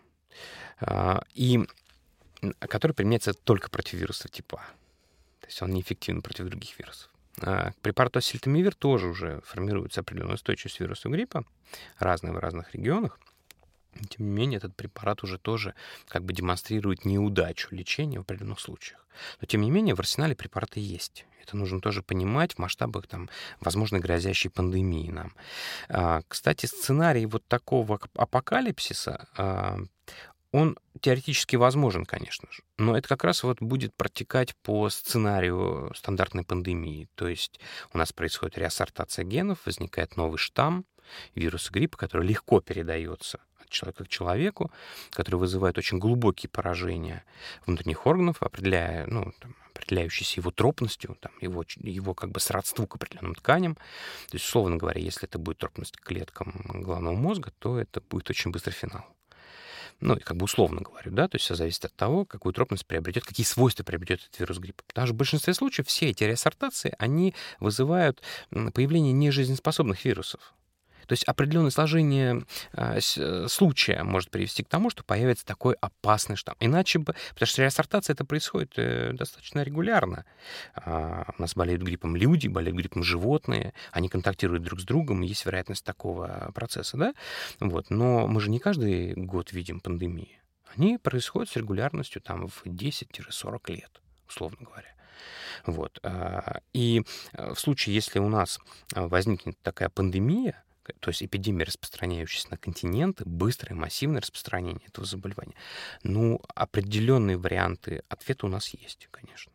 Э, и который применяется только против вирусов типа А. То есть он неэффективен против других вирусов. К препарату осельтамивир тоже уже формируется определенная устойчивость вируса гриппа, разная в разных регионах. Тем не менее, этот препарат уже тоже как бы демонстрирует неудачу лечения в определенных случаях. Но, тем не менее, в арсенале препараты есть. Это нужно тоже понимать в масштабах там, возможно, грозящей пандемии нам. Кстати, сценарий вот такого апокалипсиса, он теоретически возможен, конечно же, но это как раз вот будет протекать по сценарию стандартной пандемии. То есть у нас происходит реассортация генов, возникает новый штамм вируса гриппа, который легко передается от человека к человеку, который вызывает очень глубокие поражения внутренних органов, определяя, ну, там, определяющиеся его тропностью, там, его, его как бы сродству к определенным тканям. То есть, условно говоря, если это будет тропность к клеткам головного мозга, то это будет очень быстрый финал. Ну, как бы условно говорю, да, то есть все зависит от того, какую тропность приобретет, какие свойства приобретет этот вирус гриппа. Потому что в большинстве случаев все эти реассортации, они вызывают появление нежизнеспособных вирусов. То есть определенное сложение э, случая может привести к тому, что появится такой опасный штамм. Иначе бы... Потому что реассортация это происходит э, достаточно регулярно. А, у нас болеют гриппом люди, болеют гриппом животные, они контактируют друг с другом, и есть вероятность такого процесса, да? Вот. Но мы же не каждый год видим пандемии. Они происходят с регулярностью там, в десять-сорок лет, условно говоря. Вот. И в случае, если у нас возникнет такая пандемия, то есть эпидемия, распространяющаяся на континенты, быстрое, массивное распространение этого заболевания. Ну, определенные варианты ответа у нас есть, конечно.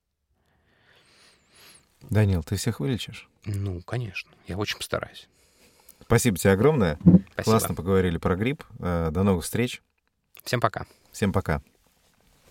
Данил, ты всех вылечишь? Ну, конечно. Я очень постараюсь. Спасибо тебе огромное. Спасибо. Классно поговорили про грипп. До новых встреч. Всем пока. Всем пока.